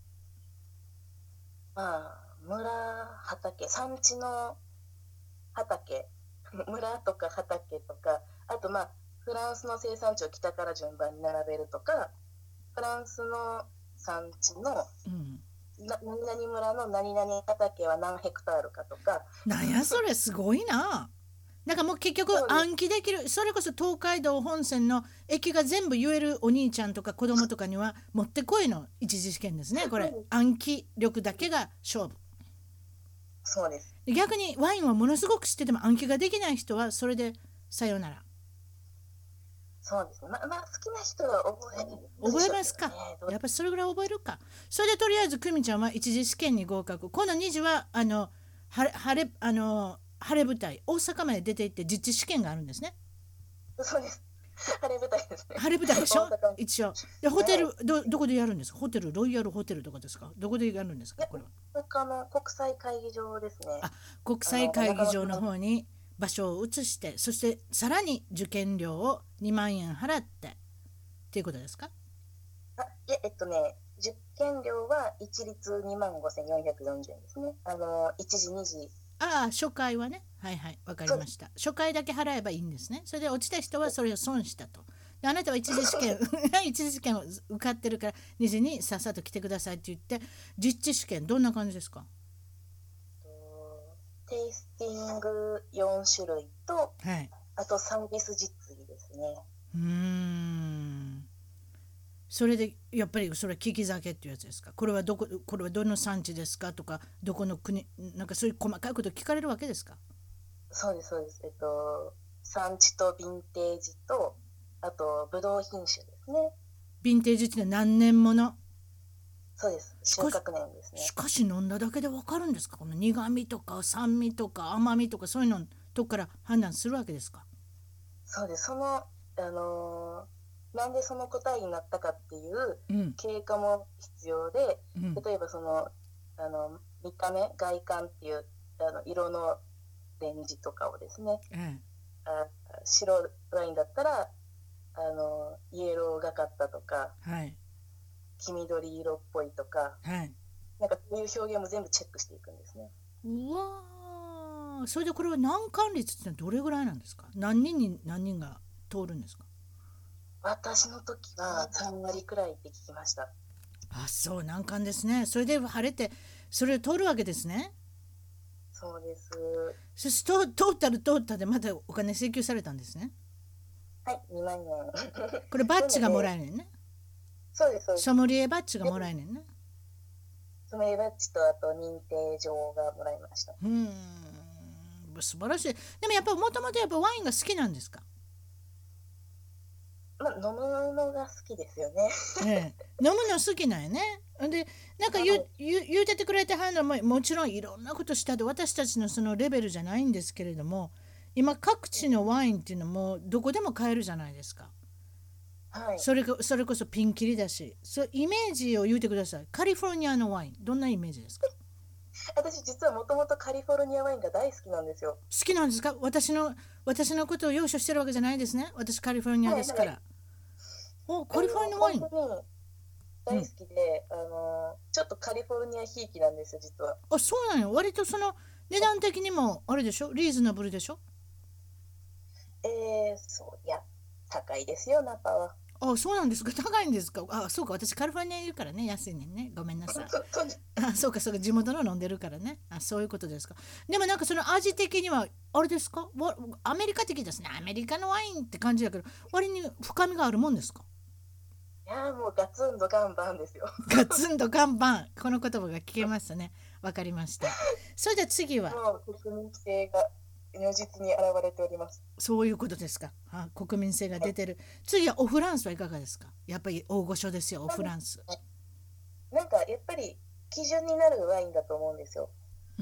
まあ、村、畑、産地の畑、村とか畑とか、あとまあ、フランスの生産地を北から順番に並べるとか、フランスの産地のうんな何々村の何々畑は何ヘクタールかとか、 なんやそれ、すごいな。なんかもう結局そうです。 暗記できる。それこそ東海道本線の駅が全部言えるお兄ちゃんとか子供とかにはもってこいの一次試験ですね。これ暗記力だけが勝負そうです。 で、逆にワインはものすごく知ってても暗記ができない人はそれでさようなら。 そうですね。ま、まあ、好きな人は覚えるで覚えしょうますか？ けどね。どうやっぱりそれぐらい覚えるか。それでとりあえず久美ちゃんは一次試験に合格。今度に次はあの晴れ晴れあの晴れ舞台大阪まで出て行って実地試験があるんですね。 そうです。晴れ舞台ですね。 晴れ舞台でしょ大阪。 一応。でホテはい。 ルどどこでやるんですか？ホテルロイヤルホテルとかですか？どこでやるんですいや、 かこれは？ 大阪の国際会議場ですね。 あ、国際あの、 会議場の中野区の、 方に場所を移して、そしてさらに受験料をにまんえん払ってっていうことですか？ あ、いや、えっとね、受験料は一律にまんごせんよんひゃくよんじゅうえんですね。あの、いちじ、にじ、 ああ、初回はね。はいはい、わかりそうです。 ました。初回だけ払えばいいんですね。それで落ちた人はそれを損したと。であなたは一次試験一次試験を受かってるからに次にさっさと来てくださいって言って、実地試験どんな感じですか？ とテイスティングよん種類と、 はい。 あとサービス実技ですね。 うーん。それでやっぱりそれは利き酒っていうやつですか？これはどここれはどの産地ですかとか、どこの国なんかそういう細かいこと聞かれるわけですか？ そうです、そうです。えっと、産地とヴィンテージと、あと、ブドウ品種ですね。 ヴィンテージって何年もの？ そうです。 しかし収穫年ですね。 しかし飲んだだけでわかるんですか？この苦味とか酸味とか甘みとかそういうのとこから判断するわけですか？ そうです。その、あのーなんでその答えになったかっていううん経過も必要で、 うん例えばその、あの、見た目、外観っていう、あの、色のレンジとかをですね、 えあ、白ワインだったら、あの、イエローがかったとか、 え、はい黄緑色っぽいとか、 はい。 なんかそういう表現も全部チェックしていくんですね。 うわー、それでこれは難関率ってのはどれぐらいなんですか？何人に何人が通るんですか？ 私の時はさん割くらいって聞きました。 あ、そう、難関ですね。それで晴れてそれを通るわけですね。 そうです。 そしてトトータルトータルでまたお金請求されたんですね。 はい、にまんえん。 これバッジがもらええるねんね。 そうです、そうです。 ソムリエバッジがもらえるねんね。 そのエバッジとあと認定状がもらいました。 うーん、素晴らしい。でもやっぱもともとやっぱワインが好きなんですか？ まあ、飲むのが好きですよね。 ええ、飲むの好きなんやね。でなんか言う、 はい。 言う言うててくれてはるのももちろんいろんなことしたで私たちのそのレベルじゃないんですけれども、今各地のワインっていうのもどこでも買えるじゃないですか。 はい。 それこそれこそピンキリだし、そうイメージを言うてください。カリフォルニアのワインどんなイメージですか？ 私実はもともとカリフォルニアワインが大好きなんですよ。 好きなんですか？私の私のことを容赦してるわけじゃないですね。私カリフォルニアはいはい。 ですから。お、カリフォルあの、 ニアワイン。 本当に大好うん。 きで、あの、ちょっとカリフォルニアひいきなんですよ、実は。 あ、そうなのよ。割とその値段的にもあれでしょ？リーズナブルでしょ？ えー、そう、いや、高いですよ、ナパは。 あ、そうなんですか。高いんですか。あ、そうか。私カリフォルニアにいるからね、安いねんね。ごめんなさい。あ、そうか、そうか。地元の飲んでるからね。あ、そういうことですか。でもなんかその味的にはあれですか。わアメリカ的ですね。アメリカのワインって感じだけど、割に深みがあるもんですか。 いやーもうガツンとガンバンですよ。 ガツンとガンバン。この言葉が聞けましたね。わかりました。それじゃあ次は。 もう国民性が如実に現れております。 そういうことですか。あ、国民性が出てる。次はオフランスはいかがですか。やっぱり大御所ですよ、オフランス。 なんかやっぱり基準になるワインだと思うんですよ。 うん。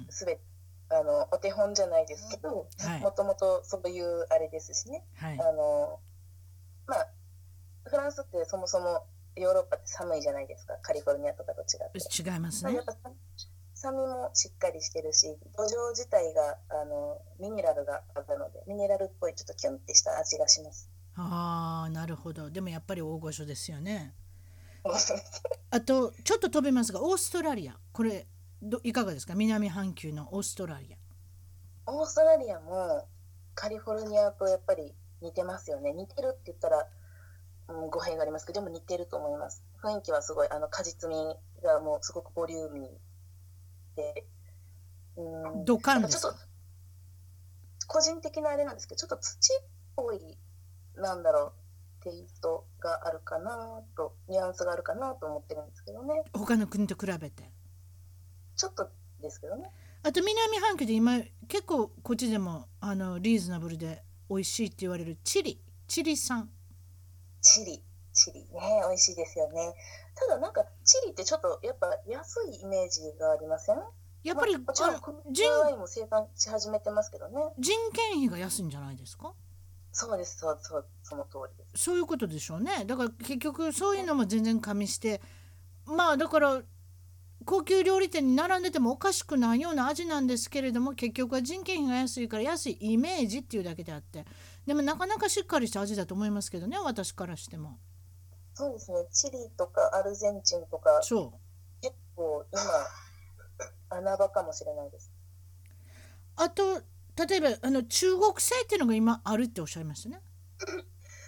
すべてあのお手本じゃないですけど、 はいもともとそういうあれですしね。 はい。 あのまあフランスってそもそもヨーロッパって寒いじゃないですか。カリフォルニアとかと違って。 違いますね。 やっぱ酸味もしっかりしてるし、土壌自体があのミネラルがあったので、ミネラルっぽいちょっとキュンってした味がします。 ああ、なるほど。でもやっぱり大御所ですよね。 オあとちょっと飛びますが、オーストラリア、これどいかがですか。南半球のオーストラリーストラリアもカリフォルニアとやっぱり似てますよね。似てるって言ったら、うん、語弊がありますけど、でも似てると思います。雰囲気はすごい、あの果実味がもうすごくボリューミーで、 ア。 うん、 ドカなんかちょっとンですか。 個人的なあれなんですけど、ちょっと土っぽい、なんだろう、テイストがあるかなと、ニュアンスがあるかなと思ってるんですけどね。 他の国と比べて。 ちょっとですけどね。 あと南半球で今結構こっちでもあのリーズナブルで美味しいって言われるチリ、チリ産。 チリ、チリね、美味しいですよね。ただなんか、チリってちょっとやっぱ安いイメージがありません？ やっぱり、 まあ、もちろんあ国人産ワインも生産し始めてますけどね。 人件費が安いんじゃないですか。 そうです、そうそう、その通りです。 そういうことでしょうね。だから結局そういうのも全然加味して、まあだから高級料理店に並んでてもおかしくないような味なんですけれども、結局は人件費が安いから安いイメージっていうだけであって、でもなかなかしっかりした味だと思いますけどね、私からしても。 そうですね、チリとかアルゼンチンとか、 そう結構今、穴場かもしれないです。 あと例えばあの中国製っていうのが今あるっておっしゃいましたね。 そうなん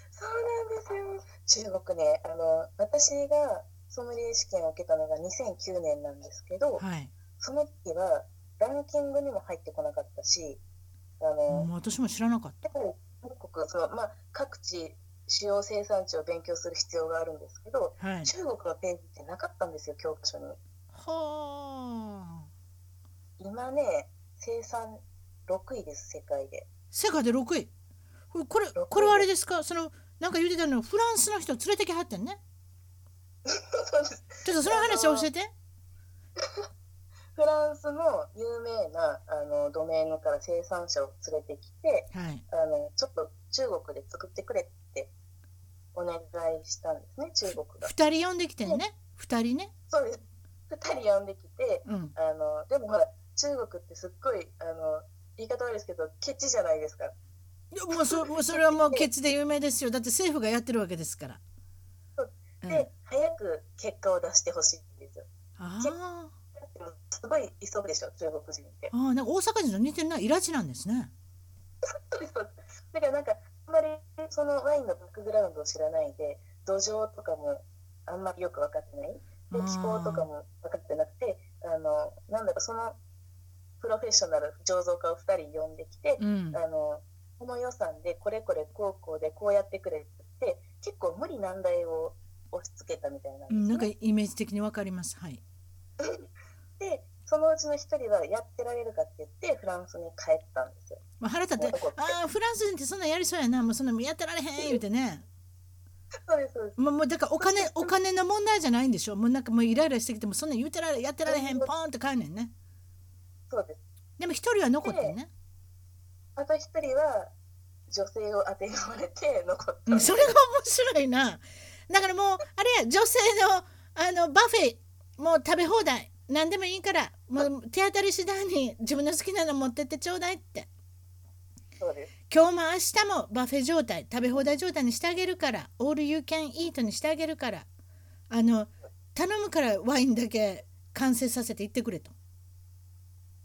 ですよ。中国ね、あの私がソムリエ試験を受けたのがにせんきゅうねんなんですけど、 はい。 その時はランキングにも入ってこなかったし、あのもう私も知らなかった。 やっぱり各国その、まあ、各地主要生産地を勉強する必要があるんですけど、 はい。 中国のページってなかったんですよ、教科書に。 はあ。 今ね、生産ろくいです、世界で。 世界でろくい。これこれこ 6 れはあ位です。 れですか。そのなんか言ってたのフランスの人連れてきはってんね。 そうです。 ちょっとその話を教えて。 フランスの有名なあのドメインから生産者を連れてきて、 はい。 あのちょっと中国で作ってくれってお願いしたんですね、中国が。 ふたり呼んできてんね。ふたりね。 そうです。ふたり呼んできて、 うん。 あのでもほら、中国ってすっごいあの言い方悪いですけど、ケチじゃないですか。 いやもうそもうそれはもうケツで有名ですよ。だって政府がやってるわけですから。うん、 で、早く結果を出してほしいんですよ。 あすごい急ぐでしょ、中国人って。 あ、なんか大阪人と似てるな、イラチなんですね。 だからなんかあんまりそのワインのバックグラウンドを知らないで、土壌とかもあんまりよく分かってない。で気候とかも分かってなくて、あのなんだろう、そのプロフェッショナル醸造家をふたり呼んできて、 うん、 あのこの予算でこれこれこうこうでこうやってくれって言って結構無理難題を押し付けたみたいなんですね。 うん、なんかイメージ的に分かります。はい。 でそのうちのひとりはやってられるかって言ってフランスに帰ったんですよ。 まあ、腹立って、ああフランス人ってそんなやりそうやな、もうそんなやってられへん言うてね。 そうですそうです。 もうもうだからお金お金の問題じゃないんでしょ。もうなんかもうイライラしてきてもそんな言うてられやってられへんポーンって帰んねんね。 そうです。 でも一人は残ってんね。 あと一人は女性を当てがわれて残った、 うん、それが面白いな。だからもうあれや女性のあのバフェもう食べ放題何でもいいからもう手当たり次第に自分の好きなの持ってってちょうだいって。 そうです。 今日も明日もバフェ状態食べ放題状態にしてあげるからオールユーキャンイートにしてあげるからあの頼むからワインだけ完成させていってくれと。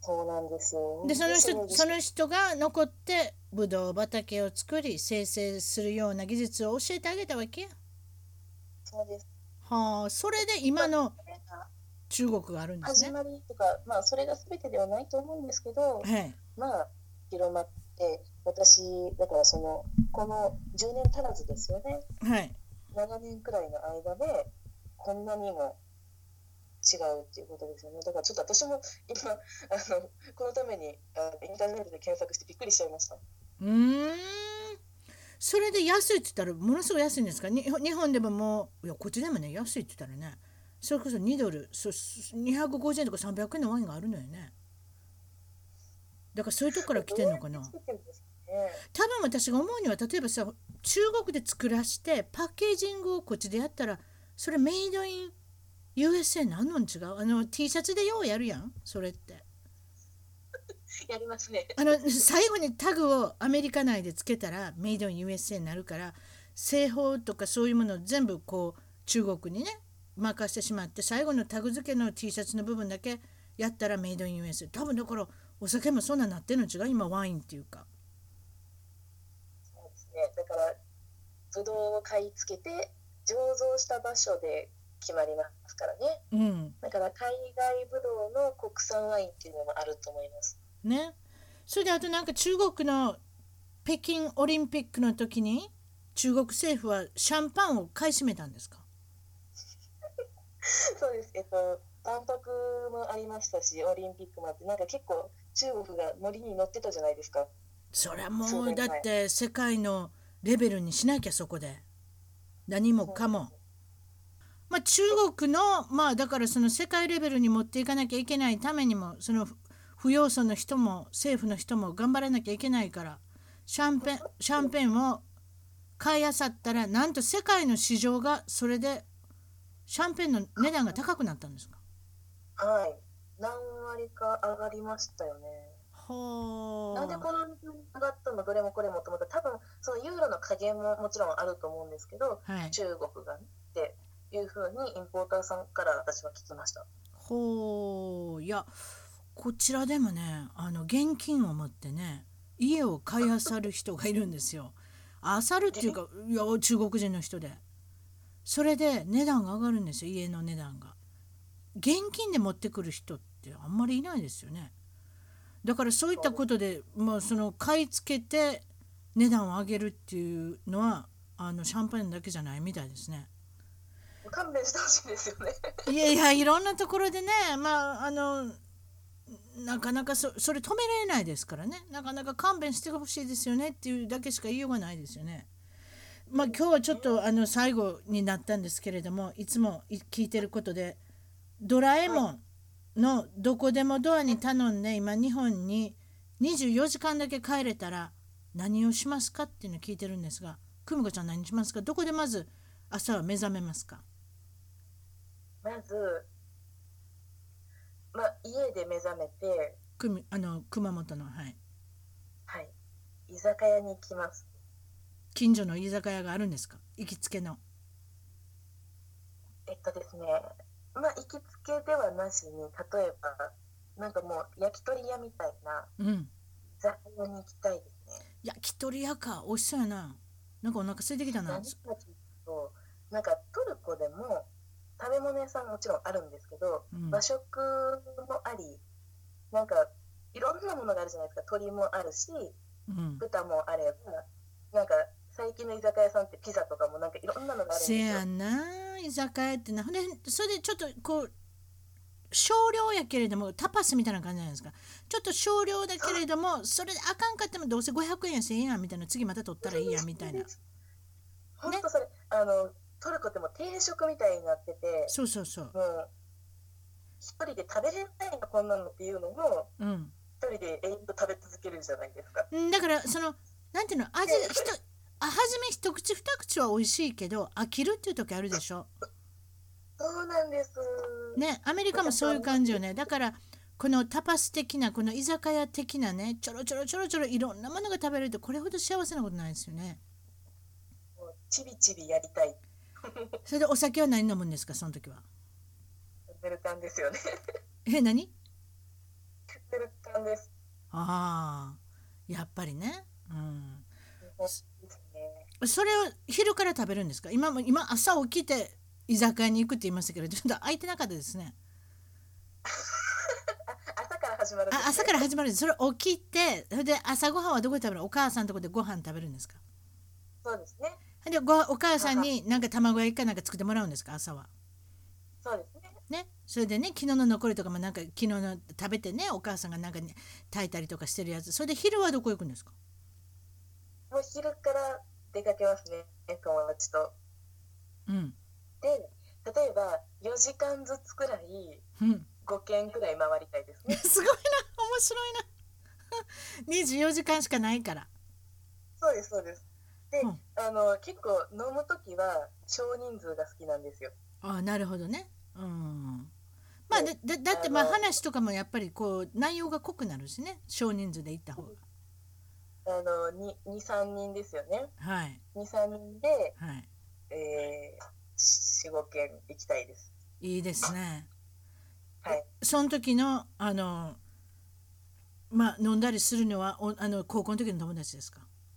そうなんですよ。 でその人そすごいです。 の人が残ってブドウ畑を作り生成するような技術を教えてあげたわけや。 そうです。 はあ、それでまあ、 今のそれが中国があるんですね。 始まりとか、まあ、それが全てではないと思うんですけど、 はい。 まあ、広まって、私、だからその、このじゅうねん足らずですよね。 はい。 ななねんくらいの間で、こんなにも違うっていうことですよね。だからちょっと私も今、あの、このためにあインターネットで検索してびっくりしちゃいました。 うーん。それで安いって言ったらものすごい安いんですか？に日本でももういやこっちでもね安いって言ったらねそれこそにドルそにひゃくごじゅうえんとかさんびゃくえんのワインがあるのよね。だからそういうとこから来どうやっててんのかな。 作ってるんですかね。 多分私が思うには例えばさ中国で作らしてパッケージングをこっちでやったらそれメイドイン ユーエスエー なんのん違うあの T シャツでようやるやんそれって。 やりますね。 あの最後にタグをアメリカ内でつけたらメイドイン ユーエスエー になるから製法とかそういうものを全部こう中国にね任してしまって最後のタグ付けの T シャツの部分だけやったらメイドイン ユーエスエー 多分だからお酒もそんななってるの違う今ワインっていうか。 そうですね。だから、ブドウを買い付けて、醸造した場所で決まりますからね。 うんだから海外ブドウの国産ワインっていうのもあると思います。 ね。それであとなんか中国の北京オリンピックの時に中国政府はシャンパンを買い占めたんですか？ そうです。えっと、万博もありましたし、オリンピックもあって、なんか結構中国がノリに乗ってたじゃないですか。 そりゃもうだっ数年前。 て世界のレベルにしなきゃそこで何もかも。 そうなんですよ。 まあ、中国のまあだからその世界レベルに持っていかなきゃいけないためにもその富裕層の人も政府の人も頑張らなきゃいけないからシャンペンシャンペンを買い漁ったらなんと世界の市場がそれでシャンペンの値段が高くなったんですか？ はい。何割か上がりましたよね。なんでほこんなに上がったのどれもこれもと思ったら、多分そのユーロの加減ももちろんあると思うんですけど、 うはい中国がねっていうふうにインポーターさんから私は聞きました。 ほういやこちらでもねあの現金を持ってね家を買い漁る人がいるんですよ。漁るっていうかいや中国人の人でそれで値段が上がるんですよ家の値段が。現金で持ってくる人ってあんまりいないですよね。だからそういったことで、まあ、その買い付けて値段を上げるっていうのはあのシャンパンだけじゃないみたいですね。 勘弁してほしいですよね。 いやいやいろんなところでねまああのなかなか そ, それ止められないですからねなかなか勘弁してほしいですよねっていうだけしか言いようがないですよね。まあ今日はちょっとあの最後になったんですけれどもいつも聞いてることでドラえはい。 もんのどこでもドアに頼んで今日本ににじゅうよじかんだけ帰れたら何をしますかっていうのを聞いてるんですが久美子ちゃん何しますか？どこでまず朝は目覚めますか？ まず、まあ、家で目覚めて、 久美あの熊本の、はい、 はい、居酒屋に行きます。 近所の居酒屋があるんですか？行きつけの。 えっとですね、まあ、行きつけではなしに、例えば、なんかもう焼き鳥屋みたいなうん。 居酒屋に行きたいですね。 焼き鳥屋か美味しそうやな。なんかお腹空いてきたな。 何かというと、なんかトルコでも食べ物屋さんもちろんあるんですけど、 うん。 和食もあり、なんかいろんなものがあるじゃないですか。鶏もあるし、 うん。 豚もあれば、なんか最近の居酒屋さんってピザとかもなんかいろんなのがあるんせですよ。 やな居酒屋ってな。ほんでそれでちょっとこう少量やけれどもタパスみたいな感じじゃないですか。ちょっと少量だけれどもそれであかんかってもどうせごひゃくえんやせんえんやみたいな次また取ったらいいやみたいなね。 本当それ、あの、トルコってもう定食みたいになってて、 そうそうそう。 もう一人で食べれないのこんなのっていうのも、 うん一人で永遠と食べ続けるじゃないですか。 んだからそのなんていうの味で、 ひとあ初め一口二口は美味しいけど飽きるっていう時あるでしょ。 そうなんです。 ね、アメリカもそういう私はも感じよね。だからこのタパス的なこの居酒屋的なねちょろちょろちょろちょろいろんなものが食べれるとこれほど幸せなことないですよね。 うちびちびやりたい。 それでお酒は何飲むんですかその時は？ メルカンですよね。 え何？ ってる感です。 ああ、やっぱりね。うん。 ですね。 それを昼から食べるんですか？今も今朝起きて居酒屋に行くって言いましたけど、ちょっと空いてなかったですね。 あ、朝から始まるんであ、 すね。 朝から始まるんです。それ起きて、それで朝ごはんはどこで食べる？お母さんのとこでご飯食べるんですか？ そうですね。 でごお母さん母、 になんか卵焼きかなんか作ってもらうんですか？朝は。 そうですね。 ね、それでね、昨日の残りとかもなんか昨日の食べてね、お母さんがなんか、ね、炊いたりとかしてるやつ。それで昼はどこ行くんですか？ もう昼から出かけますね、友達と。 うん。 で、例えばよじかんずつくらいうん。 ごけんくらい回りたいですね。 すごいな、面白いな。にじゅうよじかんしかないから。 そうです、そうです。で、 うん。 あの、結構飲むときは少人数が好きなんですよ。 ああ、なるほどね。うん。まあ、 で、 だ、だだってまああの、 話とかもやっぱりこう内容が濃くなるしね、少人数で行った方が。 あの、に、に、さんにんですよね。 はい。 に、さんにんで、 はい。 えー、よん、ごけん行きたいです。 いいですね。 はい。 その時のあのまあ飲んだりするのはおあの高校の時の友達ですか？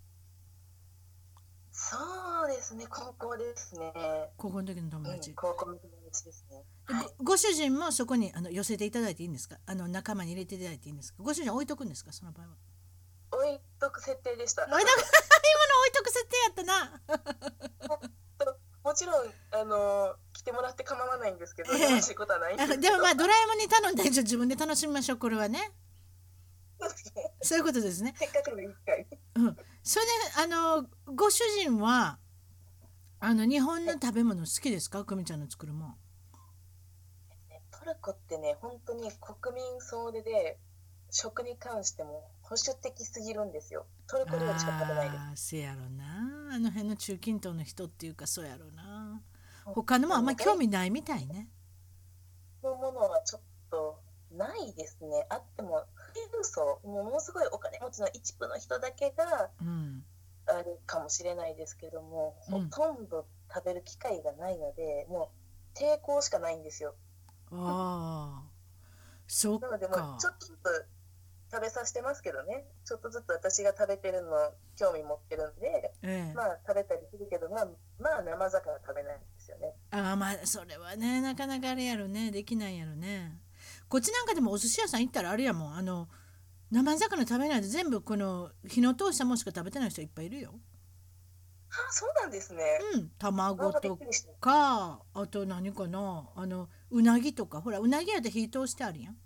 そうですね、高校ですね。 高校の時の友うん、 達。 高校の友達ですね。 ではい。 ご、ご主人もそこにあの寄せていただいていいんですか？あの仲間に入れていただいていいんですか？ご主人置いとくんですか？その場合は。 置いとく設定でした。 置いとく今の置いとく設定やったな。 ともちろん、あの、来てもらって構わないんですけど、よろしいことはないんですけど。 でもまあドラえもんに頼んだ以上自分で楽しみましょう。これはね。 そうですね。 そういうことですね。 せっかくの一回。 うん。それであのご主人はあの日本の食べ物好きですか？久美ちゃんの作るもん。 トルコってね、本当に国民総出で、食に関しても保守的すぎるんですよ。トルコ料理しか食べないです。 ああ、せやろな。あの辺の中近東の人っていうかそうやろな。 うん、 他のもあんま興あの外味ないみたいね。 のものはちょっとないですね。あっても富裕層、もうものすごいお金持ちの一部の人だけがうん。 あるかもしれないですけども、ほうん。 とんど食べる機会がないので、もう抵抗しかないんですよ。 ああ、そっなのでもうちょか。 っとずつ食べさせてますけどね。ちょっとずつ私が食べてるの興味持ってるんで、 ええ。 まあ食べたりするけど、まあ、まあ生魚食べないんですよね。 ああ、まあそれはね、なかなかあれやろね。できないやろね。こっちなんかでもお寿司屋さん行ったらあれやもん。あの生魚食べないで全部この火の通したものしか食べてない人いっぱいいるよ。 あ、そうなんですね。 うん、 なんかびっ卵とくりした。 か、あと何かな、あのうなぎとか、ほらうなぎやで火通してあるやん。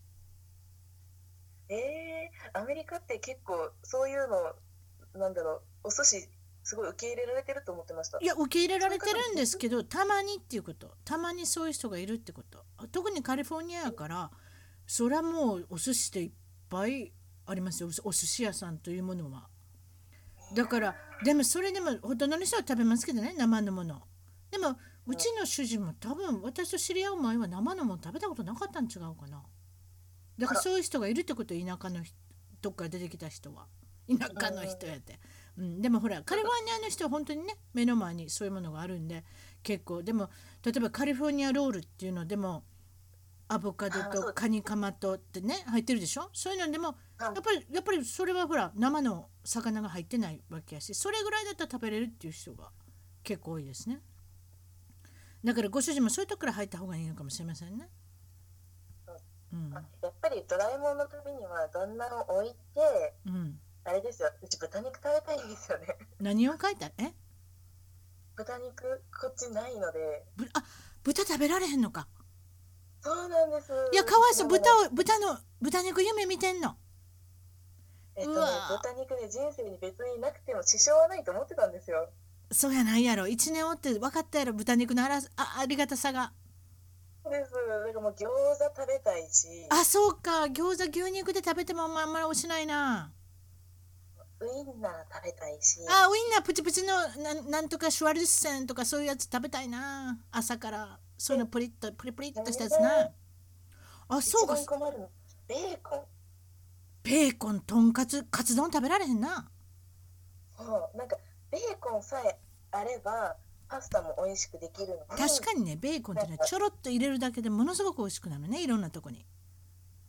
えー、アメリカって結構そういうの、なんだろう、お寿司すごい受け入れられてると思ってました。 いや受け入れらそういうれてるん方もいます？ ですけど、たまにっていうこと、たまにそういう人がいるってこと。特にカリフォルニアやから、そりゃもうお寿司っていっぱいありますよ、お寿司屋さんというものは。だからでもそれでもほとんどの人は食べますけどね、生のもの。でもうちの主人も多分私と知り合う前は生のもの食べたことなかったん違うかな。だあら、 からそういう人がいるってこと、田舎の人どっから出てきた人は田舎の人やって、うん、でもほらカリフォルニアの人は本当にね目の前にそういうものがあるんで結構。でも例えばカリフォルニアロールっていうのでもアボカドあ、そうでとカニカマとってね入ってるでしょ。そういうのでもす。あ、 やっぱりやっぱりそれはほら生の魚が入ってないわけやし、それぐらいだったら食べれるっていう人が結構多いですね。だからご主人もそういうとこから入った方がいいのかもしれませんね。うん。 あ、やっぱりドラえもんの旅には旦那を置いて、 うん。 あれですよ、うち豚肉食べたいんですよね。 何を書いた？え豚肉こっちないので。 ぶあ豚食べられへんのか。 そうなんです。 いや、かわいそう。 なので、 豚を、豚の、豚肉夢見てんの。うえっとね、 わ豚肉で人生に別になくても支障はないと思ってたんですよ。 そうやないやろ。一年おって分かったやろ。豚肉のあら、あ、ありがたさが。 そうです。だからもう餃子食べたいし、 あ、そうか。餃子牛肉で食べてもあんまり美味しないな。 ウインナー食べたいし、 あ、ウインナープチプチのなん、なんとかシュワルツェンとかそういうやつ食べたいな。朝から。そういうで、 のプリッと、プリプリっそれとしたやつな。 であ、そうか。 一番困るの、ベーコン。 ベーコン、とんかつ、カツ丼食べられへんな。 そう、なんかベーコンさえあればパスタも美味しくできるのに、 確かにね、ベーコンってね、 なんか、 ちょろっと入れるだけでものすごく美味しくなるね。いろんなとこに。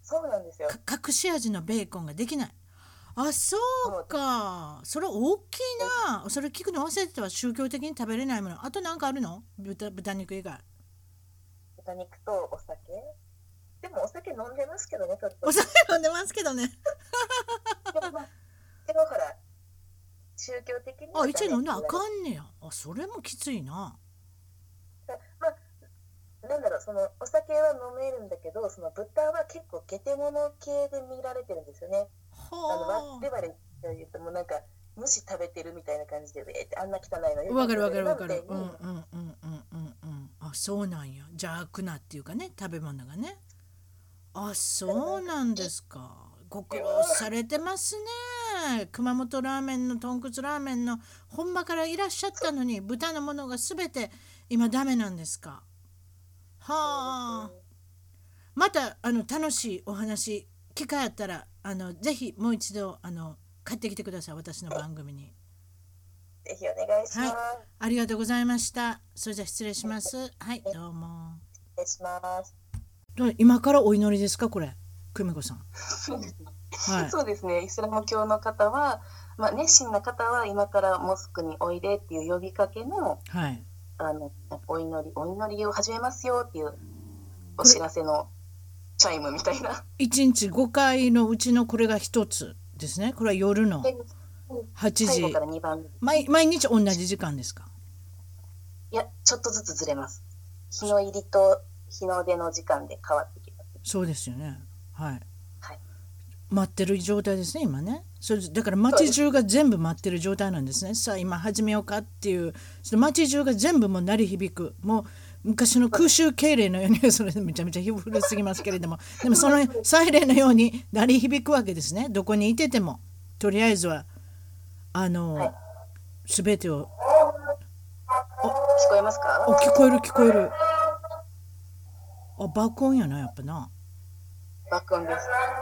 そうなんですよ。 隠し味のベーコンができない。あ、そうか。それ大きいな。それ聞くの忘れてたわ。宗教的に食べれないもの。あとなんかあるの？豚、豚肉以外。 豚肉とお酒。でもお酒飲んでますけどね、ちょっと。 お酒飲んでますけどね。 でも、まあ、でもほら、宗教的にはあ、 ダメって一応飲んだらあ言われかんねや。あ、それもきついな。 てまあ、なんだろう、そのお酒は飲めるんだけど、その豚は結構ゲテモノ系で見られてるんですよね。あのは我々が言うともうなんか虫食べてるみたいな感じで、えーってあんな汚いのあ。わかるわかるわかる。 みたいにうんうんうんうんうんうん。あ、そうなんや。邪悪なっていうかね、食べ物がね。あ、そうなんですか。ご苦労されてますね。熊本ラーメンの豚骨ラーメンの本場からいらっしゃったのに豚のものがすべて今ダメなんですか。はあ。またあの楽しいお話機会あったらあのぜひもう一度あの買ってきてください、私の番組に。 ぜひお願いしはい、 ます。 ありがとうございました。それじゃ失礼します。はい、どうも。 失礼します。 どう今からお祈りですか、これ、久美子さん。 そうですね。 はい。 そうですね。イスラム教の方は、まあ、熱心な方は今からモスクにおいでっていう呼びかけの、 はい。 あのお祈りお祈りを始めますよっていうお知らせのチャイムみたいな。 いちにちごかいのうちのこれがひとつですね。これは夜のではちじ最後からにばんめ。 毎毎日同じ時間ですか？ いや、ちょっとずつずれます。日の入りと日の出の時間で変わってきます。 そうですよね。はい。 はい。 待ってる状態ですね今ね。それだから街中が全部待ってる状態なんですね。さあ今始めようかっていう、その街中が全部もう鳴り響く、もう昔の空襲敬礼のように、それめちゃめちゃ古すぎますけれども、でもそのサイレンのように鳴り響くわけですね。どこにいててもとりあえずはあの、 はい、 全てを。 聞こえますか？ お、聞こえる聞こえる。あ、爆音やな、やっぱな。 爆音です。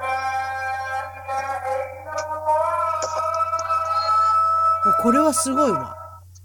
お、これはすごいわ。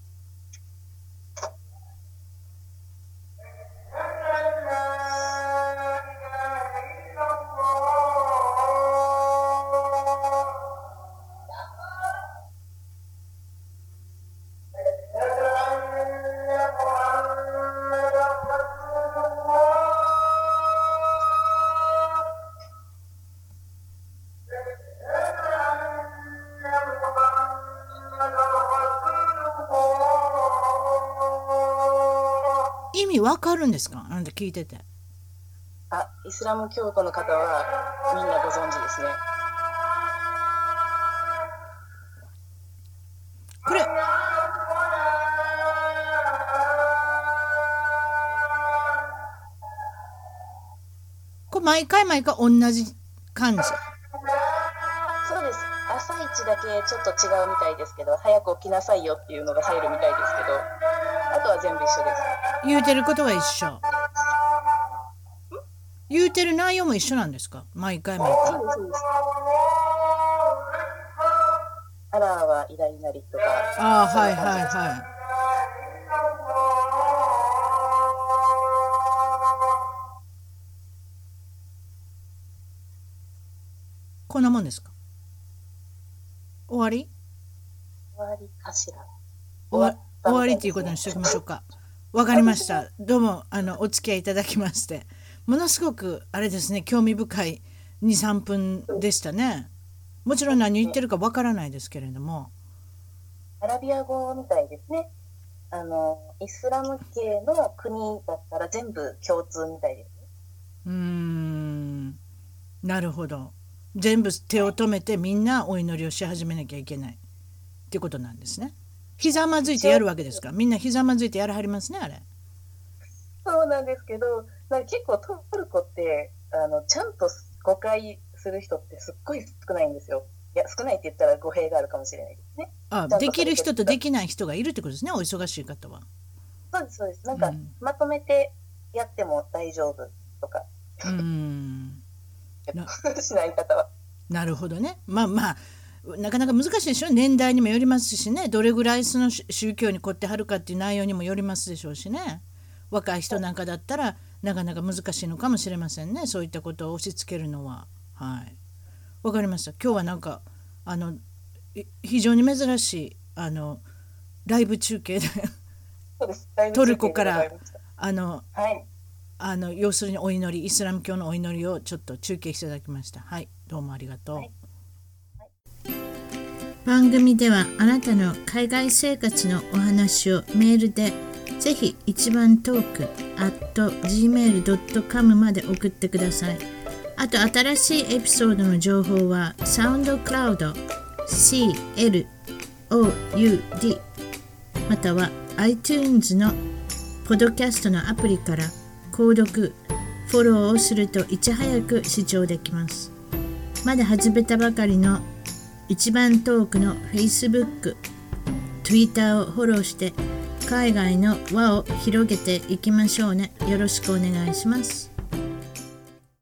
意味わかるんですか？あなた聞いてて。 あ、イスラム教徒の方はみんなご存知ですね。 これこれ毎回毎回同じ感じ。 そうです。朝一だけちょっと違うみたいですけど、早く起きなさいよっていうのが入るみたいですけど、あとは全部一緒です。 言うてることは一緒。言うてる内容も一緒なんですか？毎回毎回。 そうです、そうです。アラーは偉大なりとか。 ああ、はいはいはい。こんなもんですか？終わり？ 終わりかしら。 終わ終わりっていうことにしておきましょうか。わかりました。どうもあのお付き合いいただきまして、ものすごくあれですね、興味深いに、さんぷんでしたね。もちろん何言ってるかわからないですけれども。 アラビア語みたいですね。あのイスラム系の国だったら全部共通みたいですね。 うーん、なるほど。全部手を止めてみんなお祈りをし始めなきゃいけないっていうことなんですね。ひざまずいてやるわけですか？みんなひざまずいてやらはりますね、あれ。 そうなんですけど、なんか結構トルコってあのちゃんと誤解する人ってすっごい少ないんですよ。いや、少ないって言ったら語弊があるかもしれないですね。 あ、できる人とできない人がいるってことですね、お忙しい方は。 そうです、そうです。なんか、 うん、 まとめてやっても大丈夫とか、 うーんしない方は。 なるほどね。まあまあなかなか難しいでしょ。年代にもよりますしね、どれぐらいその宗教に凝ってはるかっていう内容にもよりますでしょうしね。 若い人なんかだったらなかなか難しいのかもしれませんね。そういったことを押し付けるのは。はい。わかりました。今日はなんかあの非常に珍しいあのライブ中継でそうです。ライブト中継でルコからございました。 あのはい。 あの要するにお祈り、イスラム教のお祈りをちょっと中継していただきました。はい、どうもありがとう。 はい番組ではあなたの海外生活のお話をメールでぜひ一番トーク アットジーメールドットコム まで送ってください。あと新しいエピソードの情報はサウンドクラウド シーエルオーユーディー または iTunes のポッドキャストのアプリから購読フォローをするといち早く視聴できます。まだ始めたばかりの一番トークの Facebook、Twitter をフォローして海外の輪を広げていきましょうね。よろしくお願いします。